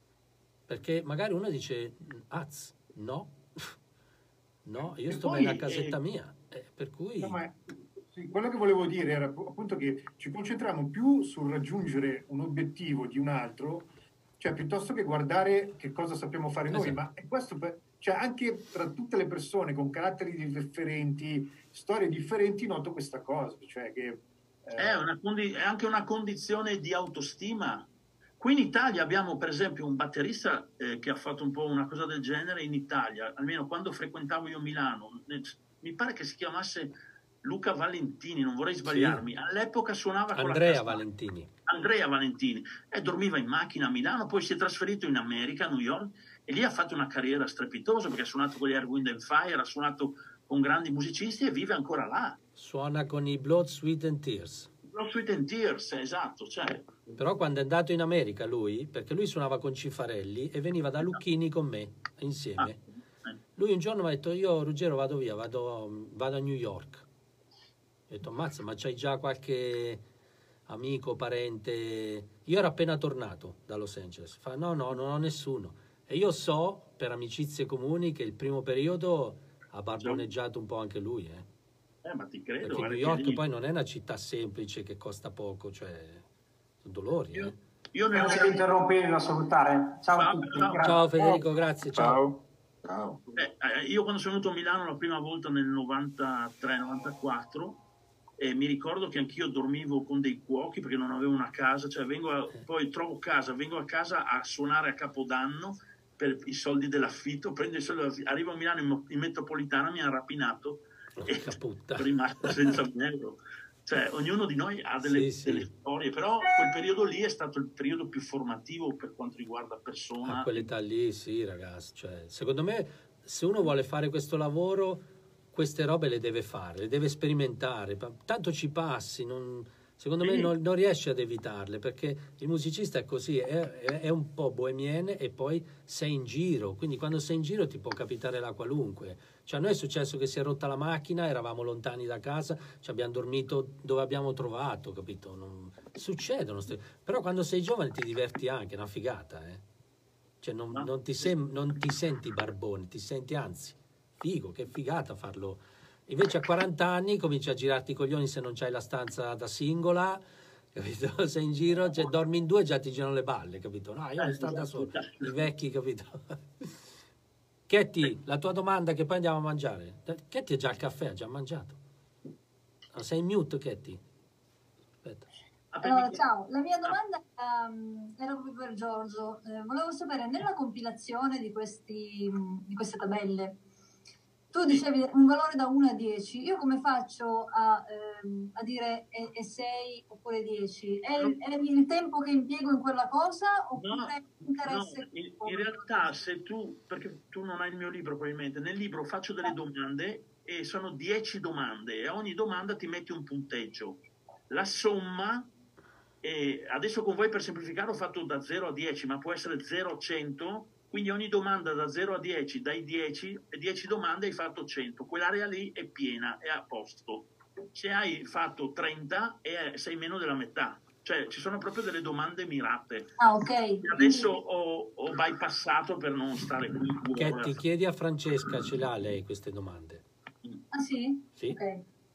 Perché magari uno dice, az, no, no, io E sto poi, bene a casetta eh, mia, eh, per cui... No, ma, sì, quello che volevo dire era appunto che ci concentriamo più sul raggiungere un obiettivo di un altro, cioè piuttosto che guardare che cosa sappiamo fare noi, Esatto. ma è questo per, cioè anche tra tutte le persone con caratteri differenti, storie differenti, noto questa cosa, cioè che eh... È, una condi- è anche una condizione di autostima. Qui in Italia abbiamo per esempio un batterista eh, che ha fatto un po' una cosa del genere in Italia, almeno quando frequentavo io Milano, eh, mi pare che si chiamasse Luca Valentini, non vorrei sbagliarmi, Sì. all'epoca suonava con Andrea la castagna. Valentini. Andrea Valentini, e dormiva in macchina a Milano, poi si è trasferito in America, a New York, e lì ha fatto una carriera strepitosa perché ha suonato con gli Air, Wind and Fire, ha suonato con grandi musicisti e vive ancora là. Suona con i Blood, Sweat and Tears. Blood, Sweat and Tears, esatto. Cioè. Però quando è andato in America lui, perché lui suonava con Cifarelli e veniva da Lucchini con me, insieme. Ah. Lui un giorno mi ha detto, io Ruggero vado via, vado, vado a New York. Ho detto, ammazza, ma c'hai già qualche amico, parente? Io ero appena tornato da Los Angeles. Fa, no, no, non ho nessuno. E io so, per amicizie comuni, che il primo periodo ha barboneggiato un po' anche lui, eh. Eh, ma ti credo. Perché New York lì... poi non è una città semplice che costa poco, cioè sono dolori, io, eh. Io ne ho... Non si interrompe da salutare. Ciao, Ciao, a tutti. ciao. Grazie. Ciao Federico, grazie, ciao. Ciao. Eh, eh, io quando sono venuto a Milano la prima volta nel novantatré novantaquattro e mi ricordo che anch'io dormivo con dei cuochi perché non avevo una casa, cioè vengo a, poi trovo casa, vengo a casa a suonare a Capodanno per i soldi dell'affitto, prendo i soldi dell'affitto, arrivo a Milano in, in metropolitana, mi hanno rapinato e sono rimasto senza un euro. Cioè, ognuno di noi ha delle, Sì, sì. delle storie, però quel periodo lì è stato il periodo più formativo per quanto riguarda persona. A quell'età lì, sì, ragazzi. Cioè, secondo me, se uno vuole fare questo lavoro, queste robe le deve fare, le deve sperimentare. Pa- Tanto ci passi, non- secondo me Sì. non, non riesci ad evitarle, perché il musicista è così, è, è- è un po' bohemienne e poi sei in giro. Quindi quando sei in giro ti può capitare la qualunque. Cioè, a noi è successo che si è rotta la macchina, eravamo lontani da casa, ci abbiamo dormito dove abbiamo trovato, capito? Non- Succedono, ste- però quando sei giovane ti diverti anche, è una figata, eh. Cioè, non, No. non ti sem- non ti senti barbone, ti senti anzi figo, che figata farlo. Invece a quaranta anni cominci a girarti i coglioni se non c'hai la stanza da singola, capito? Sei in giro, cioè, dormi in due e già ti girano le balle, capito? No, io mi sto da solo, i vecchi, capito? Chetti, la tua domanda che poi andiamo a mangiare. Chetti è già al caffè, ha già mangiato. Ah, sei in mute, Chetti? Aspetta. Uh, ciao, la mia domanda um, era proprio per Giorgio. Eh, volevo sapere, nella compilazione di, questi, di queste tabelle, tu dicevi un valore da uno a dieci, io come faccio a, ehm, a dire è, è sei oppure dieci? È, il- è il tempo che impiego in quella cosa oppure interesse? No, in, in realtà se tu, perché tu non hai il mio libro probabilmente, nel libro faccio delle domande e sono dieci domande e a ogni domanda ti metti un punteggio. La somma, e adesso con voi per semplificare ho fatto da zero a dieci, ma può essere zero a cento, quindi ogni domanda da zero a dieci, dai dieci, e dieci domande hai fatto cento, quell'area lì è piena, è a posto. Se hai fatto trenta e sei meno della metà, cioè ci sono proprio delle domande mirate. Ah, ok. Adesso ho, ho bypassato per non stare qui. Chetti, chiedi a Francesca, ce l'ha lei queste domande? Ah sì? Sì. Ok.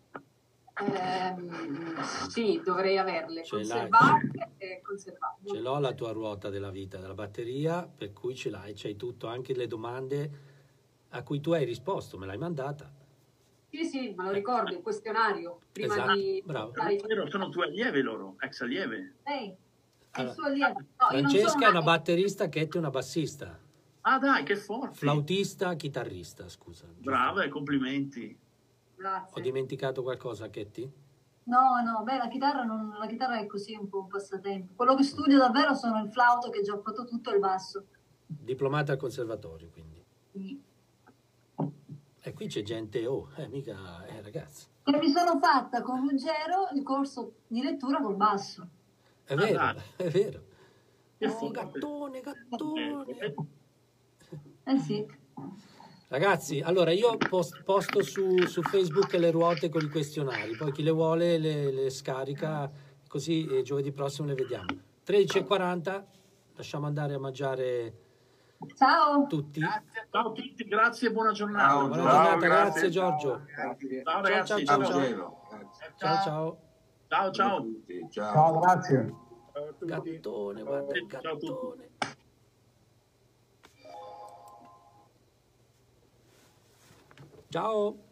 Ehm, sì, dovrei averle Ce l'hai. conservate e conservate. Ce l'ho la tua ruota della vita, della batteria, per cui ce l'hai, c'hai tutto, anche le domande a cui tu hai risposto, me l'hai mandata. Sì, sì, me lo ricordo, il questionario, prima Esatto, di... bravo. dai- Vero, sono tue allieve loro, ex allieve. Lei è Allora, il suo allievo. No, io non Francesca sono è una una- batterista, Chetti è una bassista, Ah dai, che forte. flautista, chitarrista, scusa. giusto? Brava e complimenti. Ho Grazie. dimenticato qualcosa, Chetti? No, no, beh, la chitarra, non, la chitarra è così un po' un passatempo. Quello che studio davvero sono il flauto, che già ho fatto tutto, e il basso. Diplomata al conservatorio, quindi. Sì. E qui c'è gente, oh, eh, mica, eh, ragazzi. E mi sono fatta con Ruggero il corso di lettura col basso. È vero, dai. è vero. Che Oh, forte. gattone, gattone. Eh sì. Ragazzi, allora io post- posto su, su Facebook le ruote con i questionari, poi chi le vuole le, le scarica, così eh, giovedì prossimo le vediamo. tredici e quaranta, lasciamo andare a mangiare Ciao. tutti. Ciao a tutti, grazie e buona giornata. Ciao, Buona ciao, giornata, grazie. grazie Giorgio. Grazie. Ciao Ciao, ragazzi. ciao, Ciao, ciao. cielo. Ciao, ciao. Ciao, ciao. Tutti, ciao. Ciao, grazie. Gattone, guarda il Ciao a tutti. gattone. Ciao.